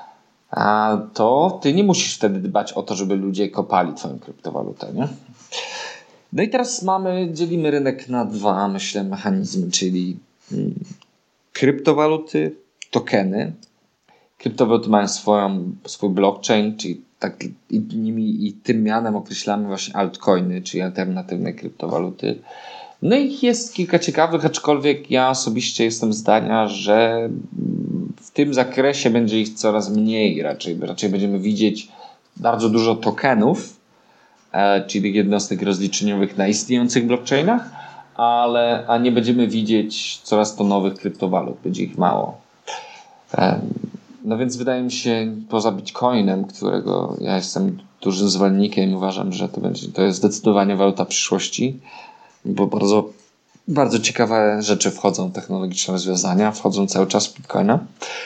to ty nie musisz wtedy dbać o to, żeby ludzie kopali twoją kryptowalutę, nie? No i teraz mamy, dzielimy rynek na dwa, myślę, mechanizmy, czyli hmm, kryptowaluty, tokeny. Kryptowaluty mają swoją, swój blockchain, czyli tak i, nimi, i tym mianem określamy właśnie altcoiny, czyli alternatywne kryptowaluty. No i ich jest kilka ciekawych, aczkolwiek ja osobiście jestem zdania, że w tym zakresie będzie ich coraz mniej. Raczej, raczej będziemy widzieć bardzo dużo tokenów, czyli tych jednostek rozliczeniowych na istniejących blockchainach, ale a nie będziemy widzieć coraz to nowych kryptowalut, będzie ich mało. No więc wydaje mi się, poza Bitcoinem, którego ja jestem dużym zwolennikiem i uważam, że to będzie, to jest zdecydowanie waluta przyszłości, bo bardzo, bardzo ciekawe rzeczy wchodzą, technologiczne rozwiązania wchodzą cały czas w Bitcoina,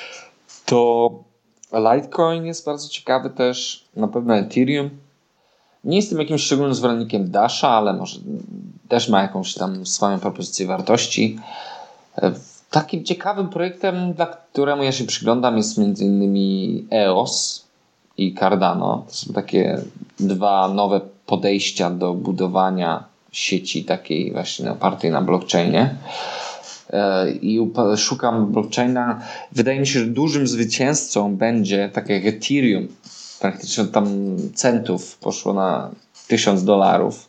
to Litecoin jest bardzo ciekawy też, na pewno Ethereum. Nie jestem jakimś szczególnym zwolennikiem Dasha, ale może też ma jakąś tam swoją propozycję wartości. Takim ciekawym projektem, dla któremu ja się przyglądam, jest między innymi E O S i Cardano. To są takie dwa nowe podejścia do budowania sieci takiej właśnie opartej na blockchainie. I szukam blockchaina. Wydaje mi się, że dużym zwycięzcą będzie, tak jak Ethereum, praktycznie tam centów poszło na tysiąc dolarów,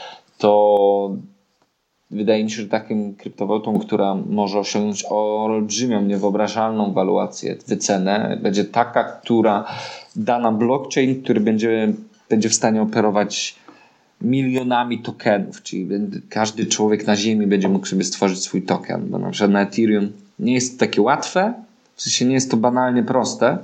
to wydaje mi się, że takim kryptowalutą, która może osiągnąć olbrzymią, niewyobrażalną waluację, wycenę, będzie taka, która da nam blockchain, który będzie, będzie w stanie operować milionami tokenów, czyli każdy człowiek na ziemi będzie mógł sobie stworzyć swój token, bo na przykład na Ethereum nie jest to takie łatwe, w sensie nie jest to banalnie proste,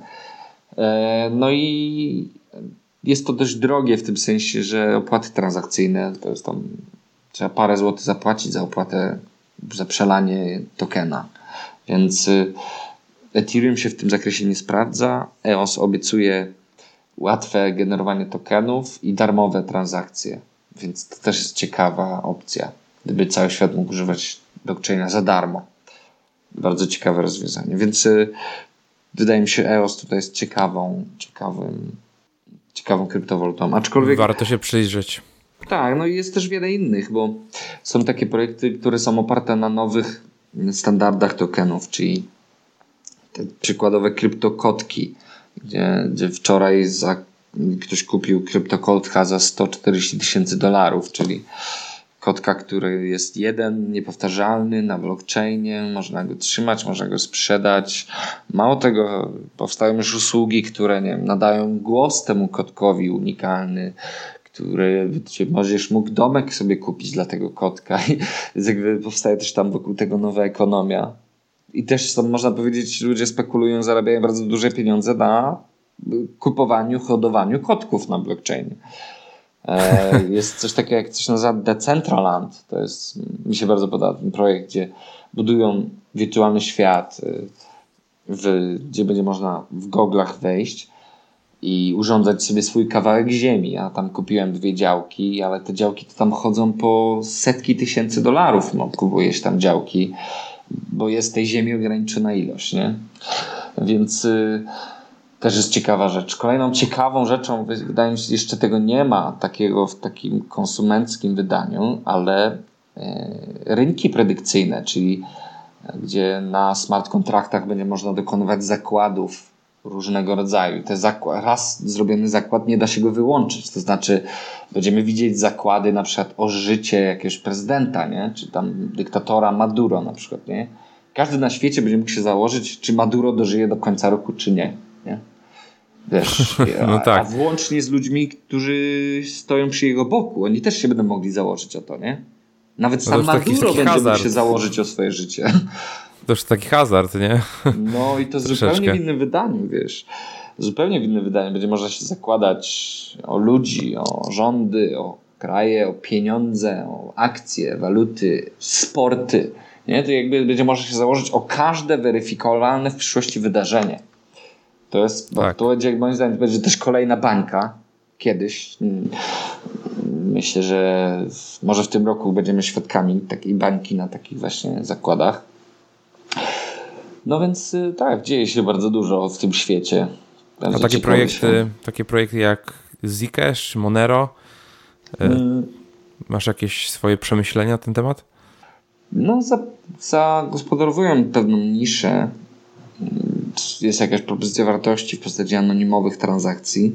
no i jest to dość drogie w tym sensie, że opłaty transakcyjne to jest tam trzeba parę złotych zapłacić za opłatę, za przelanie tokena. Więc Ethereum się w tym zakresie nie sprawdza. E O S obiecuje łatwe generowanie tokenów i darmowe transakcje. Więc to też jest ciekawa opcja. Gdyby cały świat mógł używać blockchaina za darmo. Bardzo ciekawe rozwiązanie. Więc wydaje mi się, E O S tutaj jest ciekawą, ciekawym, ciekawą kryptowalutą. Aczkolwiek warto się przyjrzeć. Tak, no i jest też wiele innych, bo są takie projekty, które są oparte na nowych standardach tokenów, czyli te przykładowe kryptokotki, gdzie, gdzie wczoraj za, ktoś kupił kryptokotka za sto czterdzieści tysięcy dolarów, czyli kotka, który jest jeden, niepowtarzalny na blockchainie, można go trzymać, można go sprzedać. Mało tego, powstają już usługi, które nie wiem, nadają głos temu kotkowi unikalny, który możesz mógł domek sobie kupić dla tego kotka i jakby powstaje też tam wokół tego nowa ekonomia. I też tam można powiedzieć, ludzie spekulują, zarabiają bardzo duże pieniądze na kupowaniu, hodowaniu kotków na blockchainie. E, jest coś takiego, jak coś nazywa Decentraland. To jest, mi się bardzo podoba ten projekt, gdzie budują wirtualny świat, w, gdzie będzie można w goglach wejść i urządzać sobie swój kawałek ziemi. Ja tam kupiłem dwie działki, ale te działki to tam chodzą po setki tysięcy dolarów. No, kupujesz tam działki, bo jest tej ziemi ograniczona ilość, nie? Więc y, też jest ciekawa rzecz. Kolejną ciekawą rzeczą, wydaje mi się, jeszcze tego nie ma takiego w takim konsumenckim wydaniu, ale y, rynki predykcyjne, czyli gdzie na smart kontraktach będzie można dokonywać zakładów różnego rodzaju. Te zakład, raz zrobiony zakład nie da się go wyłączyć. To znaczy będziemy widzieć zakłady na przykład o życie jakiegoś prezydenta, nie? Czy tam dyktatora Maduro na przykład, nie? Każdy na świecie będzie mógł się założyć, czy Maduro dożyje do końca roku, czy nie. nie? Wiesz, no a, tak. a włącznie z ludźmi, którzy stoją przy jego boku. Oni też się będą mogli założyć o to, nie? Nawet sam no taki, Maduro taki będzie hazard. mógł się założyć o swoje życie. To już taki hazard, nie? No i to zupełnie w innym wydaniu, wiesz. Zupełnie w innym wydaniu. Będzie można się zakładać o ludzi, o rządy, o kraje, o pieniądze, o akcje, waluty, sporty. Nie? To jakby będzie można się założyć o każde weryfikowalne w przyszłości wydarzenie. To jest, tak. to będzie, moim zdaniem, będzie też kolejna bańka kiedyś. Myślę, że może w tym roku będziemy świadkami takiej bańki na takich właśnie zakładach. No więc tak, dzieje się bardzo dużo w tym świecie. Bardzo A takie projekty, takie projekty jak Zcash, Monero, hmm. masz jakieś swoje przemyślenia na ten temat? No zagospodarowują pewną niszę. Jest jakaś propozycja wartości w postaci anonimowych transakcji.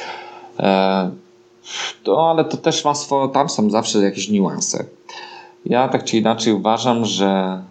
To, ale to też ma swoje, tam są zawsze jakieś niuanse. Ja tak czy inaczej uważam, że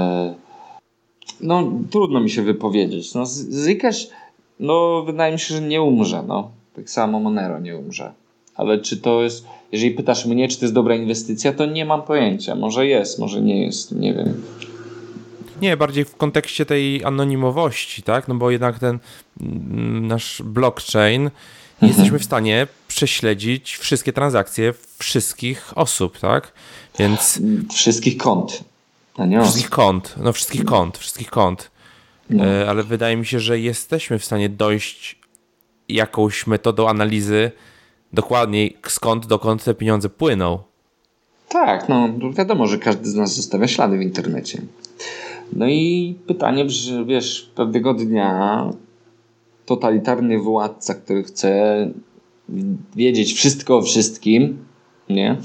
no trudno mi się wypowiedzieć. No, Zcash, no wydaje mi się, że nie umrze. No. Tak samo Monero nie umrze. Ale czy to jest, jeżeli pytasz mnie, czy to jest dobra inwestycja, to nie mam pojęcia. Może jest, może nie jest, nie wiem. Nie, bardziej w kontekście tej anonimowości, tak? No bo jednak ten mm, nasz blockchain, mhm. jesteśmy w stanie prześledzić wszystkie transakcje wszystkich osób, tak? Więc... Wszystkich kont. A nie wszystkich kont, no wszystkich no. kont, wszystkich kont. No. E, ale wydaje mi się, że jesteśmy w stanie dojść jakąś metodą analizy dokładniej, skąd, dokąd te pieniądze płyną. Tak, no wiadomo, że każdy z nas zostawia ślady w internecie. No i pytanie, że wiesz, pewnego dnia totalitarny władca, który chce wiedzieć wszystko o wszystkim, nie?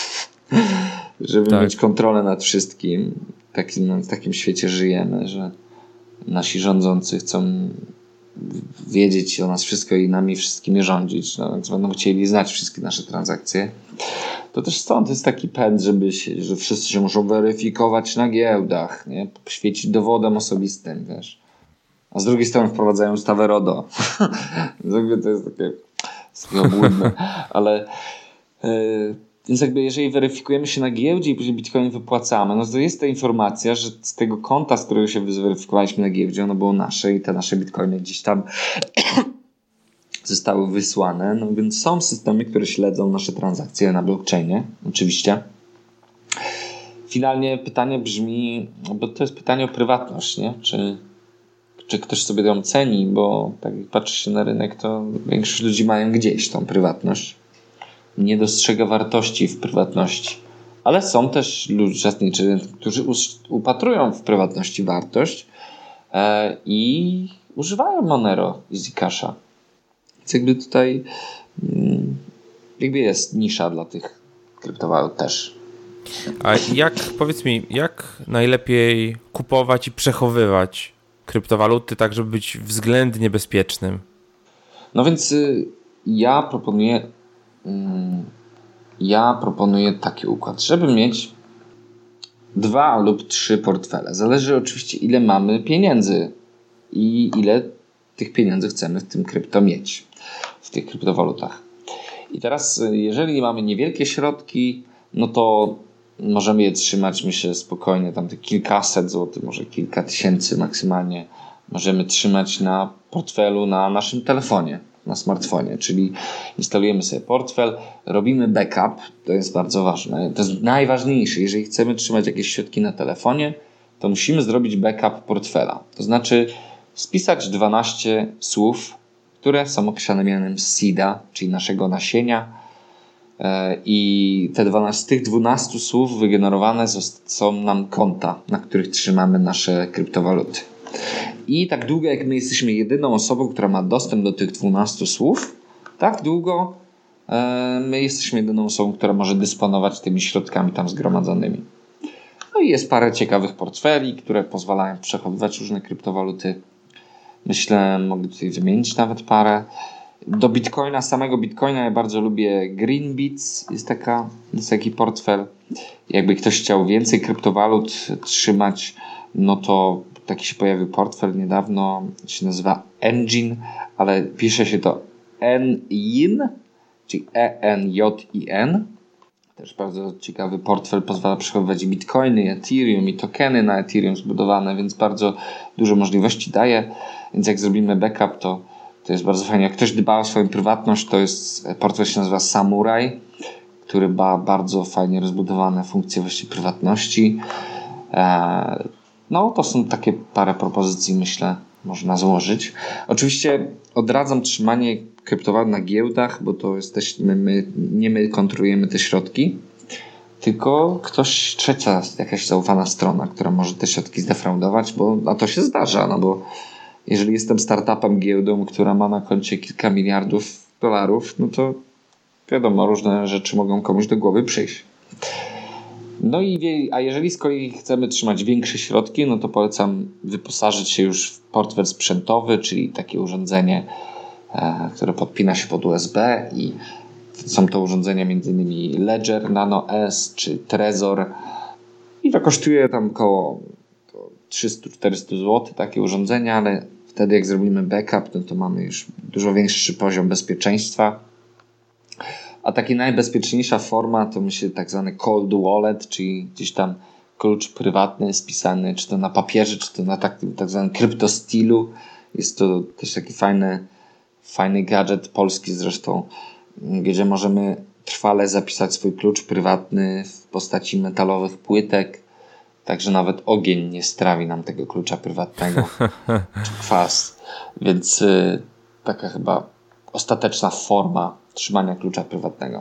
Żeby tak. mieć kontrolę nad wszystkim. Takim, w takim świecie żyjemy, że nasi rządzący chcą wiedzieć o nas wszystko i nami wszystkimi rządzić. No, więc będą chcieli znać wszystkie nasze transakcje. To też stąd jest taki pęd, żeby się, że wszyscy się muszą weryfikować na giełdach, nie? Świecić dowodem osobistym, wiesz. A z drugiej strony wprowadzają ustawę RODO. To jest takie, takie obłudne. Ale yy, więc jakby jeżeli weryfikujemy się na giełdzie i później bitcoin wypłacamy, no to jest ta informacja, że z tego konta, z którego się zweryfikowaliśmy na giełdzie, ono było nasze i te nasze bitcoiny gdzieś tam zostały wysłane. No więc są systemy, które śledzą nasze transakcje na blockchainie, oczywiście. Finalnie pytanie brzmi, bo to jest pytanie o prywatność, nie? Czy, czy ktoś sobie ją ceni, bo tak jak patrzy się na rynek, to większość ludzi mają gdzieś tą prywatność. Nie dostrzega wartości w prywatności. Ale są też uczestnicy, którzy upatrują w prywatności wartość e, i używają Monero i Zcasha. Więc jakby tutaj mm, jakby jest nisza dla tych kryptowalut też. A jak, powiedz mi, jak najlepiej kupować i przechowywać kryptowaluty tak, żeby być względnie bezpiecznym? No więc y, ja proponuję Ja proponuję taki układ, żeby mieć dwa lub trzy portfele. Zależy oczywiście, ile mamy pieniędzy i ile tych pieniędzy chcemy w tym krypto mieć, w tych kryptowalutach. I teraz, jeżeli mamy niewielkie środki, no to możemy je trzymać, myślę, spokojnie, tam te kilkaset złotych, może kilka tysięcy maksymalnie możemy trzymać na portfelu na naszym telefonie, na smartfonie, czyli instalujemy sobie portfel, robimy backup, to jest bardzo ważne, to jest najważniejsze, jeżeli chcemy trzymać jakieś środki na telefonie, to musimy zrobić backup portfela, to znaczy spisać dwanaście słów, które są określane mianem seeda, czyli naszego nasienia, i te dwanaście, z tych dwunastu słów wygenerowane są nam konta, na których trzymamy nasze kryptowaluty. I tak długo jak my jesteśmy jedyną osobą, która ma dostęp do tych dwunastu słów, tak długo e, my jesteśmy jedyną osobą, która może dysponować tymi środkami tam zgromadzonymi. No i jest parę ciekawych portfeli, które pozwalają przechowywać różne kryptowaluty. Myślę, mogę tutaj wymienić nawet parę. Do Bitcoina, samego Bitcoina ja bardzo lubię Greenbits, jest, taka, jest taki portfel. Jakby ktoś chciał więcej kryptowalut trzymać, no to taki się pojawił portfel niedawno, się nazywa Engine, ale pisze się to N-I-N, czyli E N J I N. Też bardzo ciekawy portfel, pozwala przechowywać bitcoiny, Ethereum i tokeny na Ethereum zbudowane, więc bardzo dużo możliwości daje. Więc jak zrobimy backup, to, to jest bardzo fajnie. Jak ktoś dba o swoją prywatność, to jest portfel, się nazywa Samurai, który ma bardzo fajnie rozbudowane funkcje właśnie prywatności. Eee, No, to są takie parę propozycji, myślę, można złożyć. Oczywiście odradzam trzymanie kryptowalut na giełdach, bo to jesteśmy my, nie my kontrolujemy te środki, tylko ktoś, trzecia jakaś zaufana strona, która może te środki zdefraudować, bo a to się zdarza, no bo jeżeli jestem startupem, giełdą, która ma na koncie kilka miliardów dolarów, no to wiadomo, różne rzeczy mogą komuś do głowy przyjść. No i a jeżeli z kolei chcemy trzymać większe środki, no to polecam wyposażyć się już w portfel sprzętowy, czyli takie urządzenie, e, które podpina się pod U S B i są to urządzenia m.in. Ledger Nano S czy Trezor i to kosztuje tam około trzysta czterysta złotych takie urządzenia, ale wtedy jak zrobimy backup, no to mamy już dużo większy poziom bezpieczeństwa. A taka najbezpieczniejsza forma to myślę tak zwany cold wallet, czyli gdzieś tam klucz prywatny spisany, czy to na papierze, czy to na tak, tak zwanym kryptostilu. Jest to też taki fajny, fajny gadżet polski zresztą, gdzie możemy trwale zapisać swój klucz prywatny w postaci metalowych płytek, także nawet ogień nie strawi nam tego klucza prywatnego, czy kwas. Więc y, taka chyba ostateczna forma trzymania klucza prywatnego.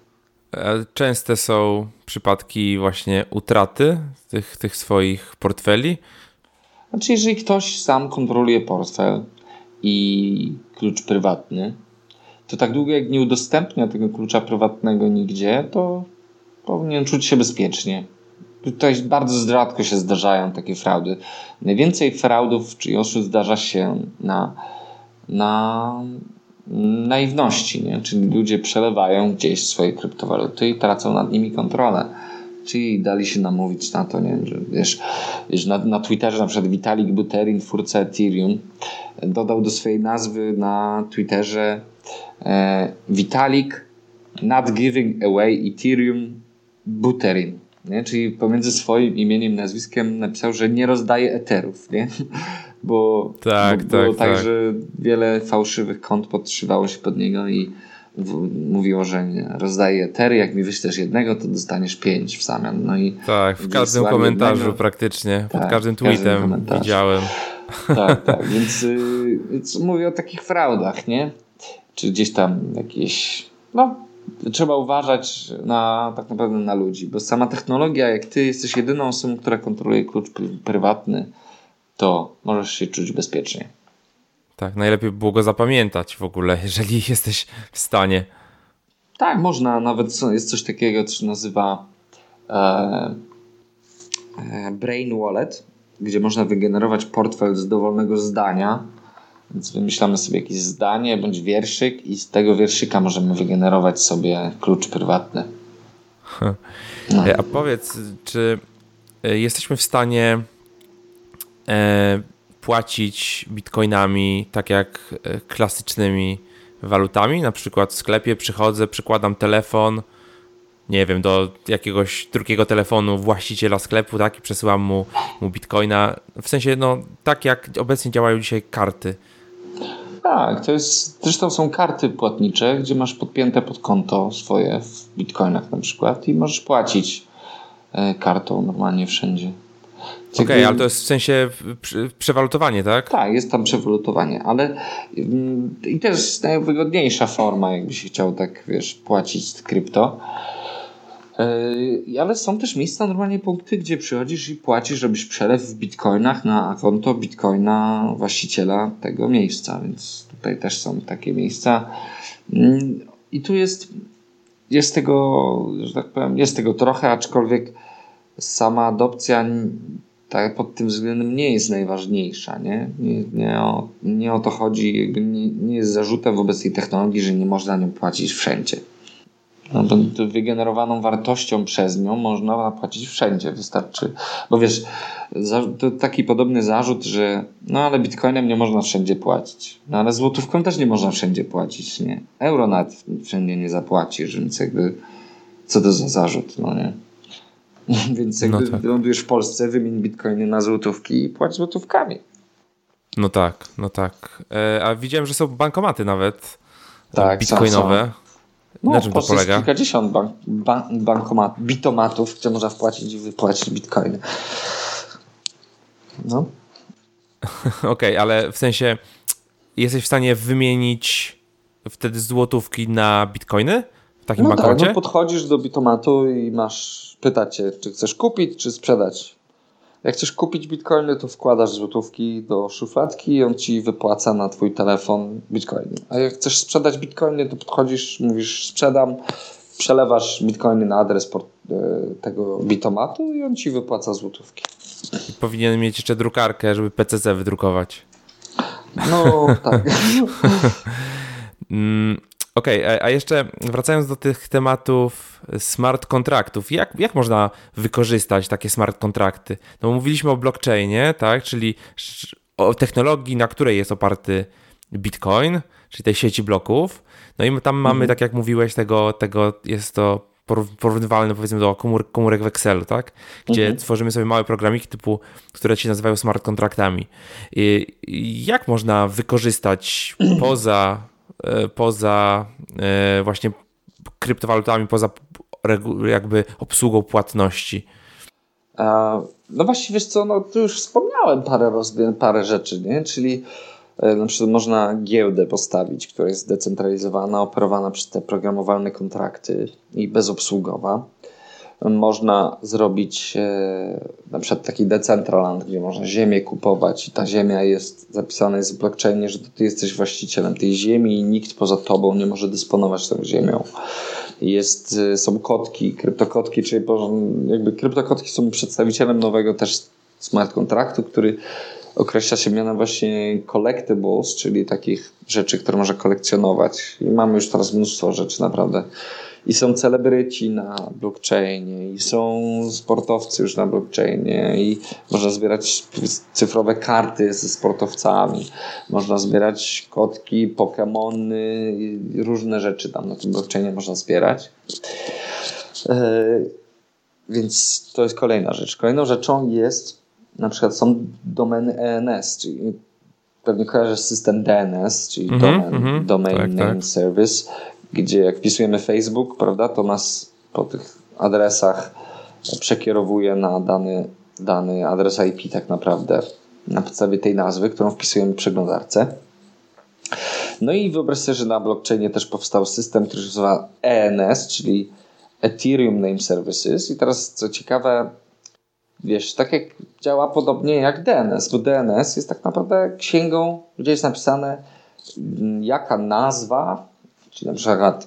Częste są przypadki właśnie utraty tych, tych swoich portfeli? Znaczy, jeżeli ktoś sam kontroluje portfel i klucz prywatny, to tak długo jak nie udostępnia tego klucza prywatnego nigdzie, to powinien czuć się bezpiecznie. Tutaj bardzo rzadko się zdarzają takie fraudy. Najwięcej fraudów czy oszustw zdarza się na, na naiwności, nie? Czyli ludzie przelewają gdzieś swoje kryptowaluty i tracą nad nimi kontrolę. Czyli dali się namówić na to, nie? Że wiesz, wiesz na, na Twitterze na przykład Vitalik Buterin, twórca Ethereum, dodał do swojej nazwy na Twitterze e, Vitalik not giving away Ethereum Buterin. Nie? Czyli pomiędzy swoim imieniem i nazwiskiem napisał, że nie rozdaje eterów, nie? Bo, tak, bo tak, było tak, tak, że wiele fałszywych kont podszywało się pod niego i w, mówiło, że nie, rozdaje etery, jak mi wyślesz jednego, to dostaniesz pięć w zamian. No i tak, w każdym komentarzu jednego, praktycznie, pod tak, każdym tweetem każdym widziałem. Tak, tak, więc, yy, więc mówię o takich fraudach, nie? Czy gdzieś tam jakieś, no trzeba uważać na, tak naprawdę na ludzi, bo sama technologia, jak ty jesteś jedyną osobą, która kontroluje klucz prywatny, to możesz się czuć bezpiecznie. Tak, najlepiej było go zapamiętać w ogóle, jeżeli jesteś w stanie. Tak, można, nawet jest coś takiego, co się nazywa e, e, Brain Wallet, gdzie można wygenerować portfel z dowolnego zdania. Więc wymyślamy sobie jakieś zdanie bądź wierszyk i z tego wierszyka możemy wygenerować sobie klucz prywatny. No. A powiedz, czy jesteśmy w stanie e, płacić bitcoinami tak jak klasycznymi walutami? Na przykład w sklepie przychodzę, przykładam telefon, nie wiem, do jakiegoś drugiego telefonu właściciela sklepu, tak, i przesyłam mu, mu bitcoina. W sensie, no, tak jak obecnie działają dzisiaj karty. Tak, to jest, zresztą są karty płatnicze, gdzie masz podpięte pod konto swoje w bitcoinach na przykład i możesz płacić e, kartą normalnie wszędzie. Okej, okay, ale to jest w sensie przewalutowanie, tak? Tak, jest tam przewalutowanie, ale mm, i to jest najwygodniejsza forma, jakby się chciał tak, wiesz, płacić z krypto. Yy, ale są też miejsca, normalnie punkty, gdzie przychodzisz i płacisz, robisz przelew w bitcoinach na konto bitcoina właściciela tego miejsca, więc tutaj też są takie miejsca. Yy, I tu jest, jest tego, że tak powiem, jest tego trochę, aczkolwiek sama adopcja tak pod tym względem nie jest najważniejsza, nie? Nie, nie, o, nie o to chodzi, jakby nie, nie jest zarzutem wobec tej technologii, że nie można nią płacić wszędzie. No, bo wygenerowaną wartością przez nią można płacić wszędzie, wystarczy, bo wiesz, to taki podobny zarzut, że no ale bitcoinem nie można wszędzie płacić, no ale złotówką też nie można wszędzie płacić, nie? Euro nawet wszędzie nie zapłacisz, więc jakby co to za zarzut, no nie? Więc jakby no tak. Lądujesz w Polsce, wymień bitcoiny na złotówki i płać złotówkami. No tak, no tak. E, a widziałem, że są bankomaty nawet tak, bitcoinowe. Są, są. No, na czym to polega? Jest kilkadziesiąt bank, bank, bankomat, bitomatów, gdzie można wpłacić i wypłacić bitcoiny. No. Okej, okay, ale w sensie jesteś w stanie wymienić wtedy złotówki na bitcoiny? W takim no bankomacie? Tak, no podchodzisz do bitomatu i masz, pytać cię, czy chcesz kupić, czy sprzedać. Jak chcesz kupić bitcoiny, to wkładasz złotówki do szufladki i on ci wypłaca na twój telefon bitcoiny. A jak chcesz sprzedać bitcoiny, to podchodzisz, mówisz sprzedam, przelewasz bitcoiny na adres port, tego bitomatu i on ci wypłaca złotówki. I powinien mieć jeszcze drukarkę, żeby P C C wydrukować. No tak. mm, Okej, okay, a jeszcze wracając do tych tematów smart kontraktów, jak, jak można wykorzystać takie smart kontrakty? No mówiliśmy o blockchainie, tak, czyli o technologii, na której jest oparty Bitcoin, czyli tej sieci bloków. No i tam mamy, Mhm. tak jak mówiłeś, tego, tego jest to porównywalne powiedzmy do komór, komórek w Excelu, tak? Gdzie Mhm. tworzymy sobie małe programiki typu, które się nazywają smart kontraktami. I, i jak można wykorzystać poza, e, poza e, właśnie kryptowalutami, poza regu- jakby obsługą płatności? E, No właściwie, wiesz co, no tu już wspomniałem parę, rozwi- parę rzeczy, nie? Czyli e, na przykład można giełdę postawić, która jest zdecentralizowana, operowana przez te programowalne kontrakty i bezobsługowa. Można zrobić e, na przykład taki Decentraland, gdzie można ziemię kupować i ta ziemia jest zapisana jest w blockchainie, że to ty jesteś właścicielem tej ziemi i nikt poza tobą nie może dysponować tą ziemią. Jest, e, są kotki, kryptokotki, czyli jakby kryptokotki są przedstawicielem nowego też smart kontraktu, który określa się mianem właśnie collectibles, czyli takich rzeczy, które można kolekcjonować. I mamy już teraz mnóstwo rzeczy naprawdę. I są celebryci na blockchainie, i są sportowcy już na blockchainie, i można zbierać cyfrowe karty ze sportowcami, można zbierać kotki, pokemony, i różne rzeczy tam na tym blockchainie można zbierać. Yy, więc to jest kolejna rzecz. Kolejną rzeczą jest, na przykład są domeny E N S, czyli pewnie kojarzysz system D N S, czyli Mhm, domain, mhm. domain Tak, Name tak. Service, gdzie jak wpisujemy Facebook, prawda, to nas po tych adresach przekierowuje na dany, dany adres I P tak naprawdę na podstawie tej nazwy, którą wpisujemy w przeglądarce. No i wyobraź sobie, że na blockchainie też powstał system, który się nazywa E N S, czyli Ethereum Name Services. I teraz co ciekawe, wiesz, tak jak działa podobnie jak D N S, bo D N S jest tak naprawdę księgą, gdzie jest napisane jaka nazwa, czyli na przykład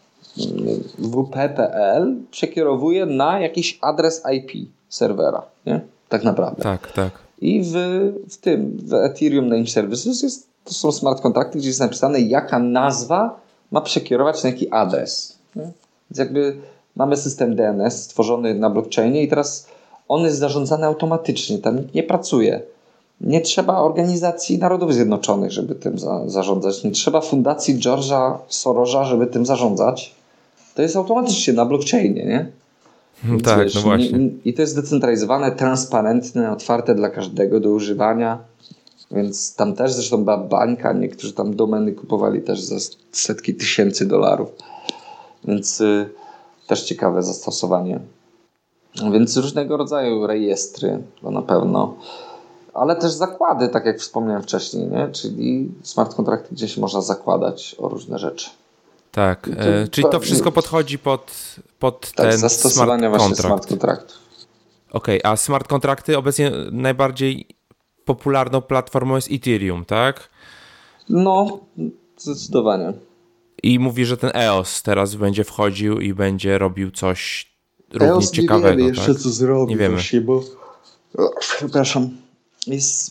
W P kropka P L przekierowuje na jakiś adres I P serwera, nie? Tak naprawdę. Tak, tak. I w, w tym, w Ethereum Name Services jest, to są smart kontrakty, gdzie jest napisane jaka nazwa ma przekierować na jaki adres. Nie? Więc jakby mamy system D N S stworzony na blockchainie i teraz on jest zarządzany automatycznie, tam nikt nie pracuje. Nie trzeba Organizacji Narodów Zjednoczonych, żeby tym za, zarządzać. Nie trzeba Fundacji George'a Sorosa, żeby tym zarządzać. To jest automatycznie na blockchainie, nie? Więc Tak, wiesz, no właśnie. nie, i to jest zdecentralizowane, transparentne, otwarte dla każdego do używania. Więc tam też zresztą była bańka, niektórzy tam domeny kupowali też za setki tysięcy dolarów. Więc y, też ciekawe zastosowanie. Więc różnego rodzaju rejestry, to na pewno. Ale też zakłady, tak jak wspomniałem wcześniej, nie? Czyli smart kontrakty, gdzie się można zakładać o różne rzeczy. Tak, To, e, czyli to to, wszystko podchodzi pod, pod tak, ten zastosowania smart właśnie kontrakt. smart kontraktów. Okej, okay, a smart kontrakty obecnie najbardziej popularną platformą jest Ethereum, tak? No, zdecydowanie. I mówi, że ten E O S teraz będzie wchodził i będzie robił coś równie E O S ciekawego. Nie wiemy jeszcze, tak? co zrobi. Nie wiemy. Właśnie, bo... O, przepraszam. Jest...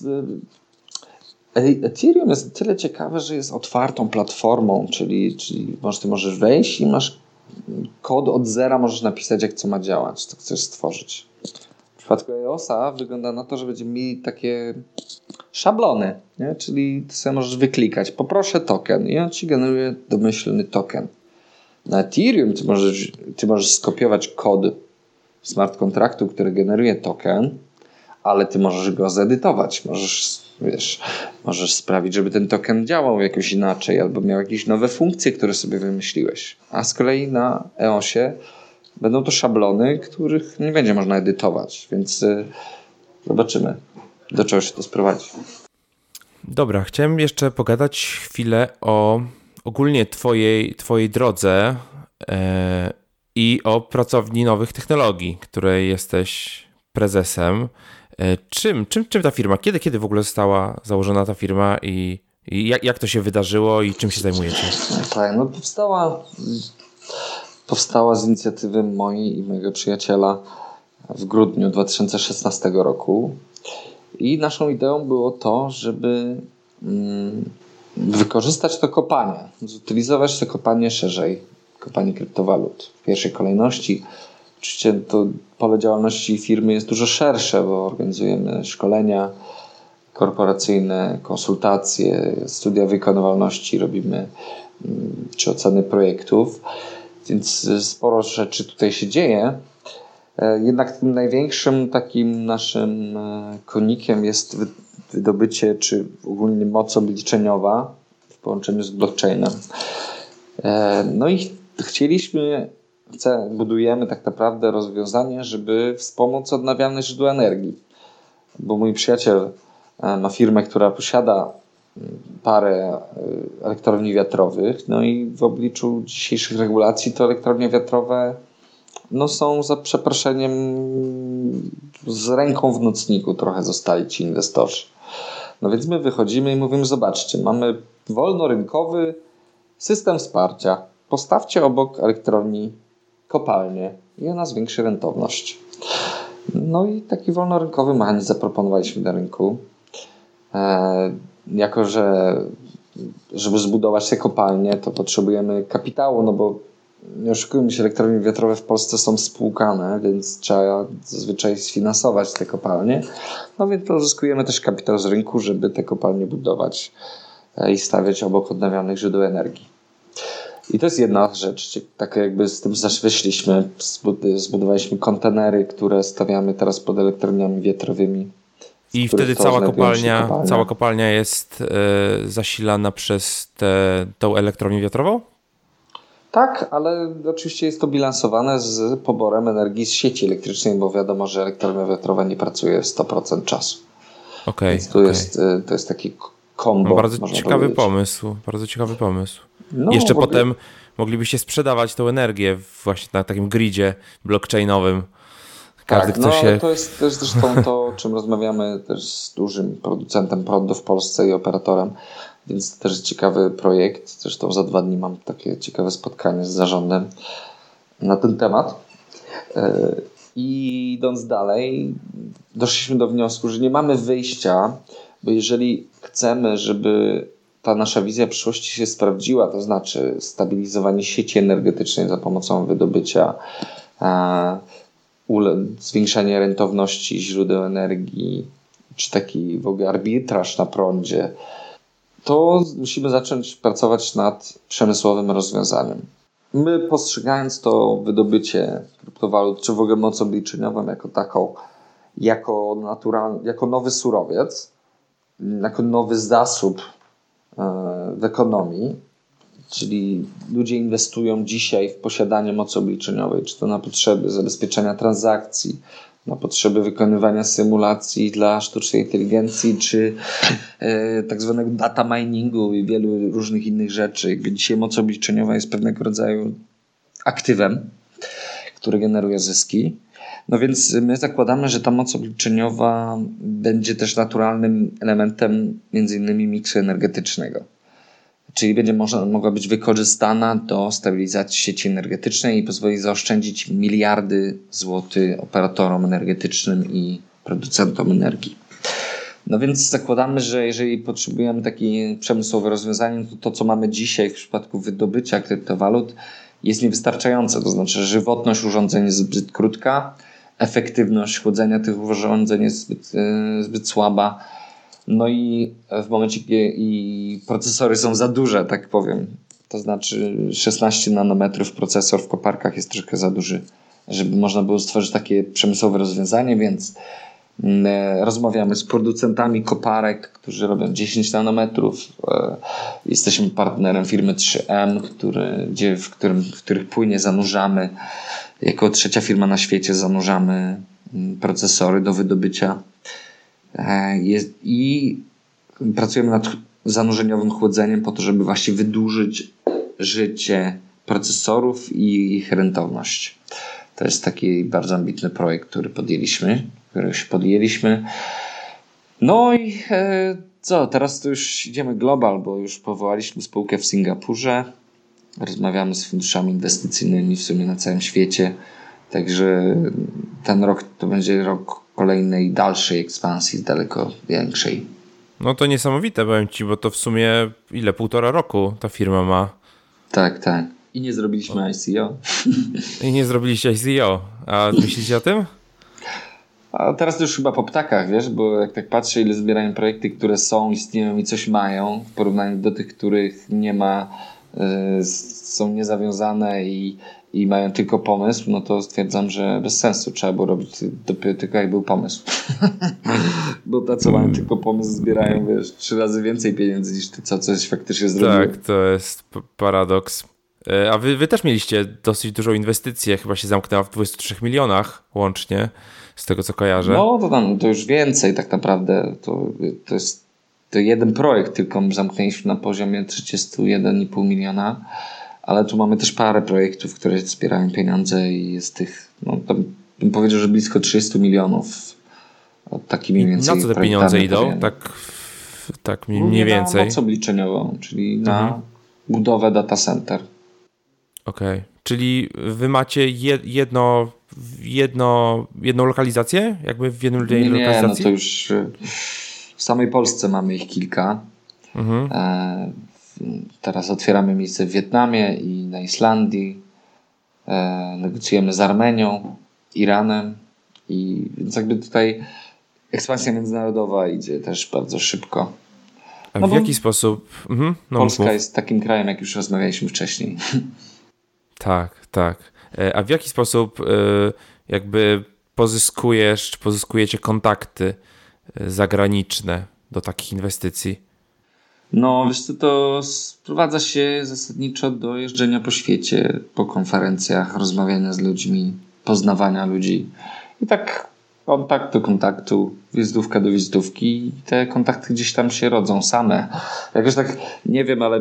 Ethereum jest tyle ciekawe, że jest otwartą platformą, czyli, czyli możesz, ty możesz wejść i masz kod od zera, możesz napisać, jak co ma działać, co chcesz stworzyć. W przypadku E O S-a wygląda na to, że będziemy mieli takie szablony, nie? Czyli ty sobie możesz wyklikać, poproszę token i on ci generuje domyślny token. Na Ethereum ty możesz, ty możesz skopiować kod smart kontraktu, który generuje token, ale ty możesz go zedytować, możesz, wiesz, możesz sprawić, żeby ten token działał jakoś inaczej, albo miał jakieś nowe funkcje, które sobie wymyśliłeś. A z kolei na E O S-ie będą to szablony, których nie będzie można edytować, więc y, zobaczymy, do czego się to sprowadzi. Dobra, chciałem jeszcze pogadać chwilę o ogólnie twojej, twojej drodze e, i o pracowni nowych technologii, której jesteś prezesem. E, czym, czym, czym ta firma, kiedy, kiedy w ogóle została założona ta firma i, i jak, jak to się wydarzyło i czym się zajmujecie? Tak, no powstała, powstała z inicjatywy mojej i mojego przyjaciela w grudniu dwa tysiące szesnastego roku. I naszą ideą było to, żeby mm, wykorzystać to kopanie, zutylizować to kopanie szerzej, kopanie kryptowalut. W pierwszej kolejności oczywiście to pole działalności firmy jest dużo szersze, bo organizujemy szkolenia korporacyjne, konsultacje, studia wykonywalności, robimy czy oceny projektów, więc sporo rzeczy tutaj się dzieje. Jednak tym największym takim naszym konikiem jest wydobycie, czy ogólnie moc obliczeniowa w połączeniu z blockchainem. No i chcieliśmy, chce, budujemy tak naprawdę rozwiązanie, żeby wspomóc odnawialne źródła energii. Bo mój przyjaciel ma firmę, która posiada parę elektrowni wiatrowych, no i w obliczu dzisiejszych regulacji to elektrownie wiatrowe no są za przeproszeniem z ręką w nocniku trochę zostali ci inwestorzy. No więc my wychodzimy i mówimy, zobaczcie, mamy wolnorynkowy system wsparcia. Postawcie obok elektrowni kopalnię i ona zwiększy rentowność. No i taki wolnorynkowy mechanizm zaproponowaliśmy na rynku. E, jako, że żeby zbudować te kopalnie, to potrzebujemy kapitału, no bo nie oszukujmy się, elektrownie wiatrowe w Polsce są spłukane, więc trzeba zazwyczaj sfinansować te kopalnie. No więc pozyskujemy też kapitał z rynku, żeby te kopalnie budować i stawiać obok odnawialnych źródeł energii. I to jest jedna rzecz, tak jakby z tym wyszliśmy, zbudowaliśmy kontenery, które stawiamy teraz pod elektrowniami wiatrowymi. I wtedy cała kopalnia, cała kopalnia jest e, zasilana przez tę tą elektrownię wiatrową? Tak, ale oczywiście jest to bilansowane z poborem energii z sieci elektrycznej, bo wiadomo, że elektrownia wiatrowa nie pracuje sto procent czasu. Okay, Więc tu okay. jest, to jest taki kombo. No bardzo ciekawy powiedzieć. pomysł, bardzo ciekawy pomysł. No, Jeszcze ogóle... potem moglibyście sprzedawać tą energię właśnie na takim gridzie blockchainowym. Każdy, tak, no się... to jest, to jest zresztą to, o czym rozmawiamy też z dużym producentem prądu w Polsce i operatorem, więc to też jest ciekawy projekt. Zresztą za dwa dni mam takie ciekawe spotkanie z zarządem na ten temat. I idąc dalej, doszliśmy do wniosku, że nie mamy wyjścia, bo jeżeli chcemy, żeby ta nasza wizja przyszłości się sprawdziła, to znaczy stabilizowanie sieci energetycznej za pomocą wydobycia, zwiększanie rentowności źródeł energii, czy taki w ogóle arbitraż na prądzie, to musimy zacząć pracować nad przemysłowym rozwiązaniem. My postrzegając to wydobycie kryptowalut, czy w ogóle moc obliczeniową jako taką, jako, naturalny, jako nowy surowiec, jako nowy zasób w ekonomii, czyli ludzie inwestują dzisiaj w posiadanie mocy obliczeniowej, czy to na potrzeby zabezpieczenia transakcji, na potrzeby wykonywania symulacji dla sztucznej inteligencji, czy e, tak zwanego data miningu i wielu różnych innych rzeczy. Jakby dzisiaj moc obliczeniowa jest pewnego rodzaju aktywem, który generuje zyski. No więc my zakładamy, że ta moc obliczeniowa będzie też naturalnym elementem między innymi miksu energetycznego. Czyli będzie można, mogła być wykorzystana do stabilizacji sieci energetycznej i pozwoli zaoszczędzić miliardy złotych operatorom energetycznym i producentom energii. No więc zakładamy, że jeżeli potrzebujemy takie przemysłowe rozwiązanie, to to, co mamy dzisiaj w przypadku wydobycia kryptowalut, jest niewystarczające. To znaczy, że żywotność urządzeń jest zbyt krótka, efektywność chłodzenia tych urządzeń jest zbyt, yy, zbyt słaba. No i w momencie, kiedy i procesory są za duże, tak powiem, to znaczy szesnaście nanometrów procesor w koparkach jest troszkę za duży, żeby można było stworzyć takie przemysłowe rozwiązanie, więc rozmawiamy z producentami koparek, którzy robią dziesięć nanometrów. Jesteśmy partnerem firmy trzy M, który, gdzie, w, którym, w których płynie zanurzamy, jako trzecia firma na świecie zanurzamy procesory do wydobycia. Jest, i pracujemy nad zanurzeniowym chłodzeniem po to, żeby właśnie wydłużyć życie procesorów i ich rentowność. To jest taki bardzo ambitny projekt, który podjęliśmy, który się podjęliśmy. No i e, co, teraz to już idziemy global, bo już powołaliśmy spółkę w Singapurze. Rozmawiamy z funduszami inwestycyjnymi w sumie na całym świecie. Także ten rok to będzie rok kolejnej, dalszej ekspansji, daleko większej. No to niesamowite, powiem ci, bo to w sumie ile, półtora roku ta firma ma. Tak, tak. I nie zrobiliśmy I C O. I nie zrobiliście I C O. A myślicie o tym? A teraz to już chyba po ptakach, wiesz, bo jak tak patrzę, ile zbierają projekty, które są, istnieją i coś mają, w porównaniu do tych, których nie ma, y, są niezawiązane i, i mają tylko pomysł, no to stwierdzam, że bez sensu. Trzeba było robić dopiero tylko jak był pomysł. Bo ta, co mają tylko pomysł, zbierają, wiesz, trzy razy więcej pieniędzy niż ty, co coś faktycznie zrobiło. Tak, to jest p- paradoks. A wy, wy też mieliście dosyć dużą inwestycję, chyba się zamknęła w dwudziestu trzech milionach łącznie, z tego co kojarzę. No to tam to już więcej tak naprawdę. To, to jest to jeden projekt, tylko zamknęliśmy na poziomie trzydzieści jeden i pół miliona, ale tu mamy też parę projektów, które wspierają pieniądze i jest tych, no tam bym powiedział, że blisko trzydzieści milionów. Taki mniej więcej. Na co te pieniądze idą? Tak, tak mniej więcej. Na moc obliczeniową, czyli na mhm. budowę data center. Okej, okay. Czyli wy macie jedno, jedno, jedną lokalizację? Jakby w jednym nie, nie, lokalizacji? No to już w samej Polsce mamy ich kilka. Mhm. E, teraz otwieramy miejsce w Wietnamie i na Islandii. E, negocjujemy z Armenią, Iranem i więc jakby tutaj ekspansja międzynarodowa idzie też bardzo szybko. A no w jaki sposób? Mhm. No Polska mów. jest takim krajem, jak już rozmawialiśmy wcześniej. Tak, tak. A w jaki sposób jakby pozyskujesz, czy pozyskujecie kontakty zagraniczne do takich inwestycji? No, wiesz co, to sprowadza się zasadniczo do jeżdżenia po świecie, po konferencjach, rozmawiania z ludźmi, poznawania ludzi. I tak kontakt do kontaktu, wizytówka do wizytówki i te kontakty gdzieś tam się rodzą same. Jakoś tak, nie wiem, ale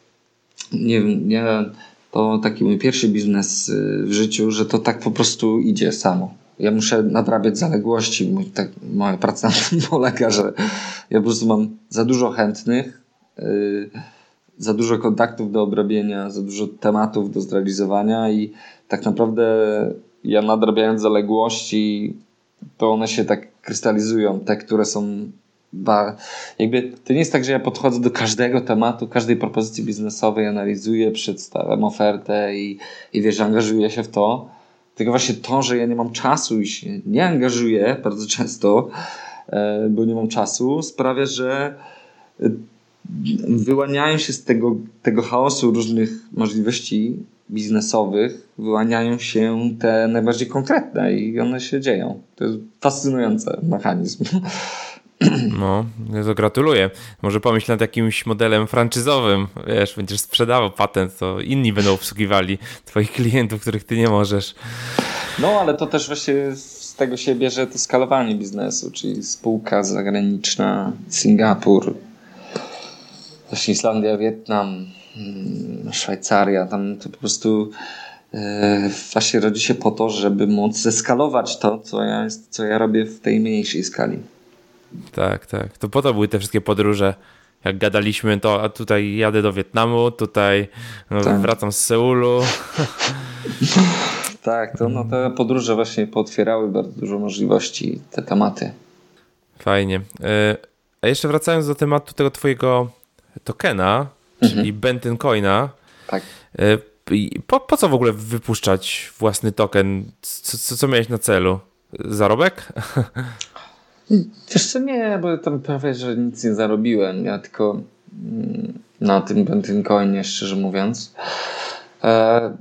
nie wiem, nie, to taki mój pierwszy biznes w życiu, że to tak po prostu idzie samo. Ja muszę nadrabiać zaległości. Mój, tak, moja praca na tym polega, że ja po prostu mam za dużo chętnych, yy, za dużo kontaktów do obrobienia, za dużo tematów do zrealizowania i tak naprawdę ja nadrabiając zaległości, to one się tak krystalizują. Te, które są ba, jakby to nie jest tak, że ja podchodzę do każdego tematu, każdej propozycji biznesowej, analizuję, przedstawiam ofertę i, i wiesz, angażuję się w to. Tylko właśnie to, że ja nie mam czasu i się nie angażuję bardzo często, e, bo nie mam czasu, sprawia, że wyłaniają się z tego, tego chaosu różnych możliwości biznesowych, wyłaniają się te najbardziej konkretne i one się dzieją. To jest fascynujący mechanizm. No, to gratuluję. Może pomyśl nad jakimś modelem franczyzowym. Wiesz, będziesz sprzedawał patent, to inni będą obsługiwali twoich klientów, których ty nie możesz. No, ale to też właśnie z tego się bierze to skalowanie biznesu, czyli spółka zagraniczna, Singapur, właśnie Islandia, Wietnam, Szwajcaria. Tam to po prostu yy, właśnie rodzi się po to, żeby móc zeskalować to, co ja, co ja robię w tej mniejszej skali. Tak, tak. To po to były te wszystkie podróże. Jak gadaliśmy, to a tutaj jadę do Wietnamu, tutaj no, tak. wracam z Seulu. Tak, to no, te podróże właśnie pootwierały bardzo dużo możliwości, te tematy. Fajnie. A jeszcze wracając do tematu tego twojego tokena, mhm. czyli Bentyn Coina. Tak. Po, po co w ogóle wypuszczać własny token? Co, co, co miałeś na celu? Zarobek? Wiesz co, nie, bo tam prawie, że nic nie zarobiłem. Ja tylko na tym Bentyn Coinie, szczerze mówiąc. E,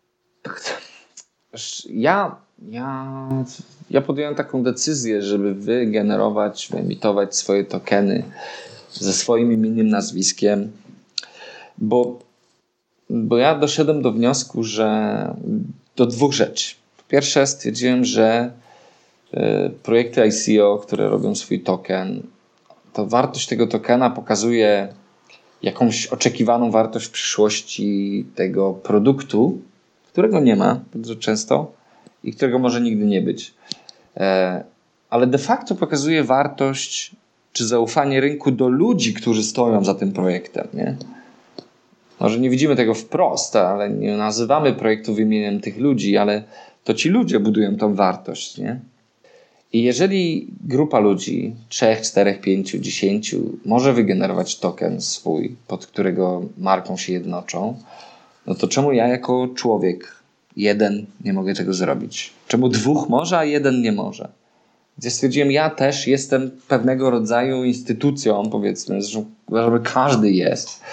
ja, ja, ja podjąłem taką decyzję, żeby wygenerować, wyemitować swoje tokeny ze swoim imieniem, nazwiskiem, bo, bo ja doszedłem do wniosku, że do dwóch rzeczy. Po pierwsze stwierdziłem, że projekty I C O, które robią swój token, to wartość tego tokena pokazuje jakąś oczekiwaną wartość w przyszłości tego produktu, którego nie ma bardzo często i którego może nigdy nie być. Ale de facto pokazuje wartość czy zaufanie rynku do ludzi, którzy stoją za tym projektem. Nie? Może nie widzimy tego wprost, ale nie nazywamy projektów imieniem tych ludzi, ale to ci ludzie budują tą wartość. Nie? I jeżeli grupa ludzi, trzech, czterech, pięciu, dziesięciu może wygenerować token swój, pod którego marką się jednoczą, no to czemu ja jako człowiek jeden nie mogę tego zrobić? Czemu dwóch może, a jeden nie może? Więc stwierdziłem, ja też jestem pewnego rodzaju instytucją, powiedzmy, zresztą uważam, że każdy jest,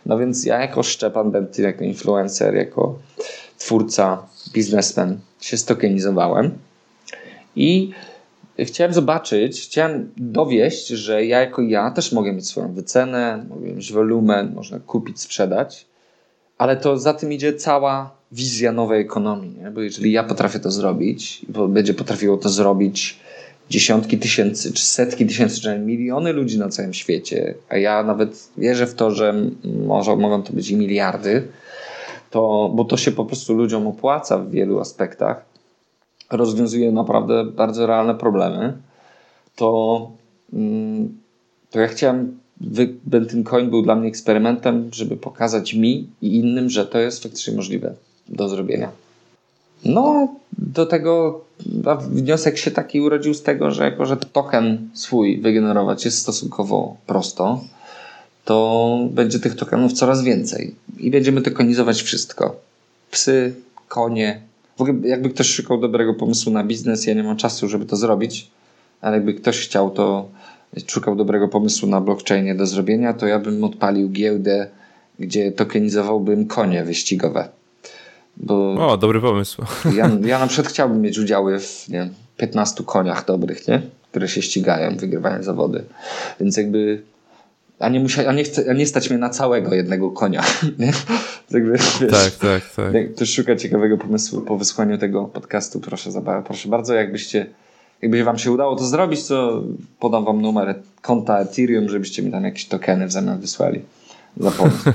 No więc ja jako Szczepan Bentyn, jako influencer, jako twórca, biznesmen się stokenizowałem i chciałem zobaczyć, chciałem dowieść, że ja jako ja też mogę mieć swoją wycenę, mogę mieć wolumen, można kupić, sprzedać, ale to za tym idzie cała wizja nowej ekonomii, nie? Bo jeżeli ja potrafię to zrobić, bo będzie potrafiło to zrobić dziesiątki tysięcy, czy setki tysięcy, czy miliony ludzi na całym świecie, a ja nawet wierzę w to, że może mogą to być i miliardy, to, bo to się po prostu ludziom opłaca w wielu aspektach, rozwiązuje naprawdę bardzo realne problemy, to, to ja chciałem, Bentyn Coin był dla mnie eksperymentem, żeby pokazać mi i innym, że to jest faktycznie możliwe do zrobienia. No, do tego wniosek się taki urodził z tego, że jako, że token swój wygenerować jest stosunkowo prosto, to będzie tych tokenów coraz więcej i będziemy tokenizować wszystko. Psy, konie. W ogóle jakby ktoś szukał dobrego pomysłu na biznes, ja nie mam czasu, żeby to zrobić, ale jakby ktoś chciał, to szukał dobrego pomysłu na blockchainie do zrobienia, to ja bym odpalił giełdę, gdzie tokenizowałbym konie wyścigowe. Bo o, dobry pomysł. Ja, ja na przykład chciałbym mieć udziały w nie, piętnastu koniach dobrych, nie? Które się ścigają, wygrywają zawody. Więc jakby a nie, musia, a nie, chcę, a nie stać mnie na całego jednego konia. Nie? Jakby, wiesz, tak, tak, tak. Jak ktoś szuka ciekawego pomysłu po wysłuchaniu tego podcastu, proszę, proszę bardzo, jakbyście jakby wam się udało to zrobić, to podam wam numer konta Ethereum, żebyście mi tam jakieś tokeny w zamian wysłali za pomysł.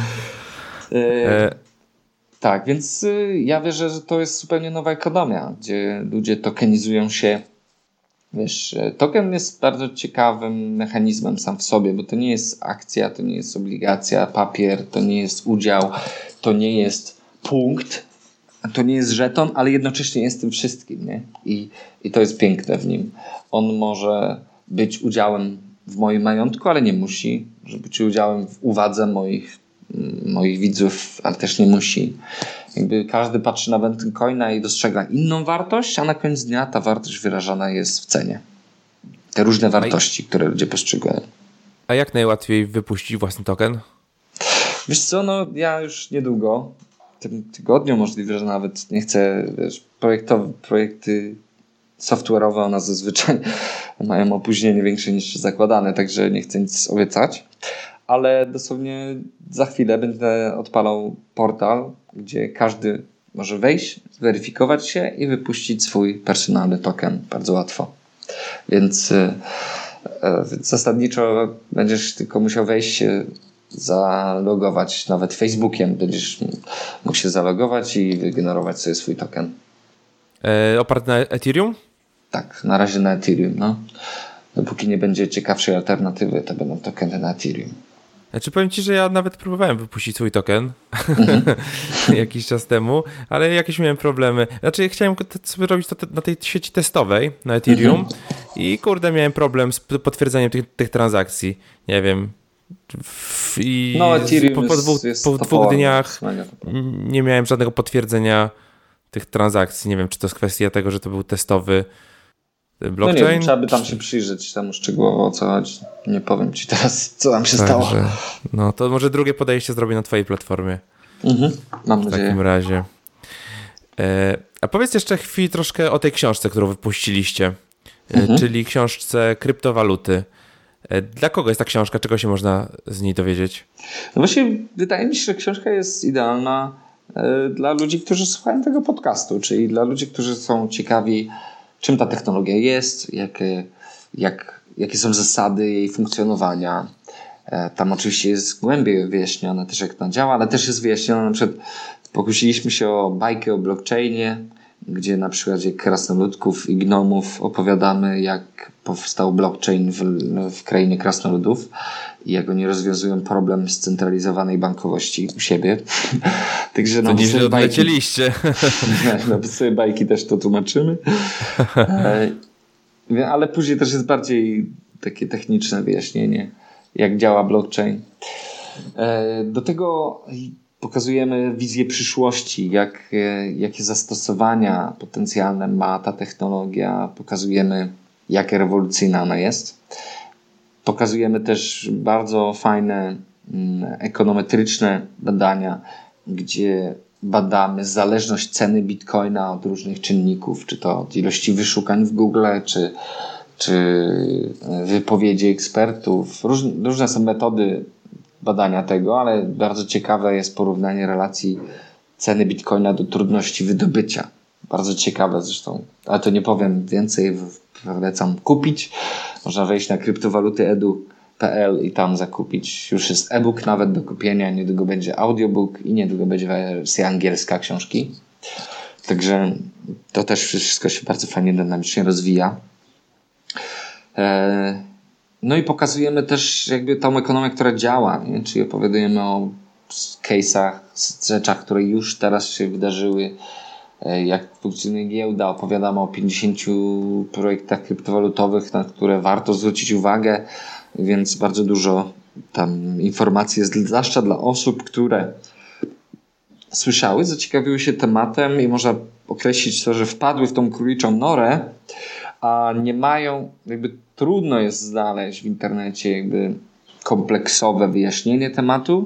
e, tak, więc ja wierzę, że to jest zupełnie nowa ekonomia, gdzie ludzie tokenizują się. Wiesz, token jest bardzo ciekawym mechanizmem sam w sobie, bo to nie jest akcja, to nie jest obligacja, papier, to nie jest udział, to nie jest punkt, to nie jest żeton, ale jednocześnie jest tym wszystkim, nie? I, i to jest piękne w nim. On może być udziałem w moim majątku, ale nie musi. Może być udziałem w uwadze moich, moich widzów, ale też nie musi. Jakby każdy patrzy na Bentyn Coina i dostrzega inną wartość, a na koniec dnia ta wartość wyrażana jest w cenie. Te różne wartości, które ludzie postrzegają. A jak najłatwiej wypuścić własny token? Wiesz co, no ja już niedługo, w tym tygodniu możliwe, że nawet nie chcę, wiesz, projektowe, projekty software'owe one zazwyczaj mają opóźnienie większe niż zakładane, także nie chcę nic obiecać. Ale dosłownie za chwilę będę odpalał portal, gdzie każdy może wejść, zweryfikować się i wypuścić swój personalny token bardzo łatwo. Więc, e, więc zasadniczo będziesz tylko musiał wejść się, zalogować nawet Facebookiem. Będziesz mógł się zalogować i wygenerować sobie swój token. E, oparty na Ethereum? Tak, na razie na Ethereum. No. Dopóki nie będzie ciekawszej alternatywy, to będą tokeny na Ethereum. Znaczy powiem ci, że ja nawet próbowałem wypuścić swój token mm-hmm. jakiś czas temu, ale jakieś miałem problemy. Znaczy chciałem sobie robić to na tej sieci testowej, na Ethereum mm-hmm. i kurde miałem problem z potwierdzeniem tych, tych transakcji. Nie wiem. I no Ethereum po, po dwóch, jest, po jest dwóch dniach nie miałem żadnego potwierdzenia tych transakcji. Nie wiem, czy to jest kwestia tego, że to był testowy blockchain. No nie wiem, trzeba by tam się przyjrzeć temu szczegółowo, o co chodzi. Nie powiem ci teraz, co tam się tak, stało. Że, no to może drugie podejście zrobię na twojej platformie. Mhm, mam w nadzieję. W takim razie. E, a powiedz jeszcze chwilę troszkę o tej książce, którą wypuściliście, mhm. e, czyli książce Kryptowaluty. E, dla kogo jest ta książka? Czego się można z niej dowiedzieć? No właśnie wydaje mi się, że książka jest idealna e, dla ludzi, którzy słuchają tego podcastu, czyli dla ludzi, którzy są ciekawi, czym ta technologia jest, jakie, jak, jakie są zasady jej funkcjonowania. Tam oczywiście jest głębiej wyjaśnione też, jak to działa, ale też jest wyjaśnione, na przykład pokusiliśmy się o bajkę o blockchainie, gdzie na przykładzie krasnoludków i gnomów opowiadamy, jak powstał blockchain w, w krainie krasnoludów i jak oni rozwiązują problem scentralizowanej bankowości u siebie. Także to nieźle odlecieliście. Na podstawie bajki też to tłumaczymy. Ale później też jest bardziej takie techniczne wyjaśnienie, jak działa blockchain. Do tego pokazujemy wizję przyszłości, jak, jakie zastosowania potencjalne ma ta technologia. Pokazujemy, jak rewolucyjna ona jest. Pokazujemy też bardzo fajne ekonometryczne badania, gdzie badamy zależność ceny bitcoina od różnych czynników, czy to od ilości wyszukań w Google, czy, czy wypowiedzi ekspertów. Róż, różne są metody badania tego, ale bardzo ciekawe jest porównanie relacji ceny bitcoina do trudności wydobycia. Bardzo ciekawe zresztą, ale to nie powiem więcej, polecam kupić. Można wejść na kryptowaluty edu kropka pe el i tam zakupić. Już jest e-book nawet do kupienia, niedługo będzie audiobook i niedługo będzie wersja angielska książki. Także to też wszystko się bardzo fajnie, dynamicznie rozwija. No i pokazujemy też jakby tą ekonomię, która działa, nie? Czyli opowiadujemy o case'ach, rzeczach, które już teraz się wydarzyły, jak funkcjonuje giełda, opowiadamy o pięćdziesięciu projektach kryptowalutowych, na które warto zwrócić uwagę, więc bardzo dużo tam informacji jest, zwłaszcza dla osób, które słyszały, zaciekawiły się tematem i można określić to, że wpadły w tą króliczą norę, a nie mają, jakby trudno jest znaleźć w internecie jakby kompleksowe wyjaśnienie tematu,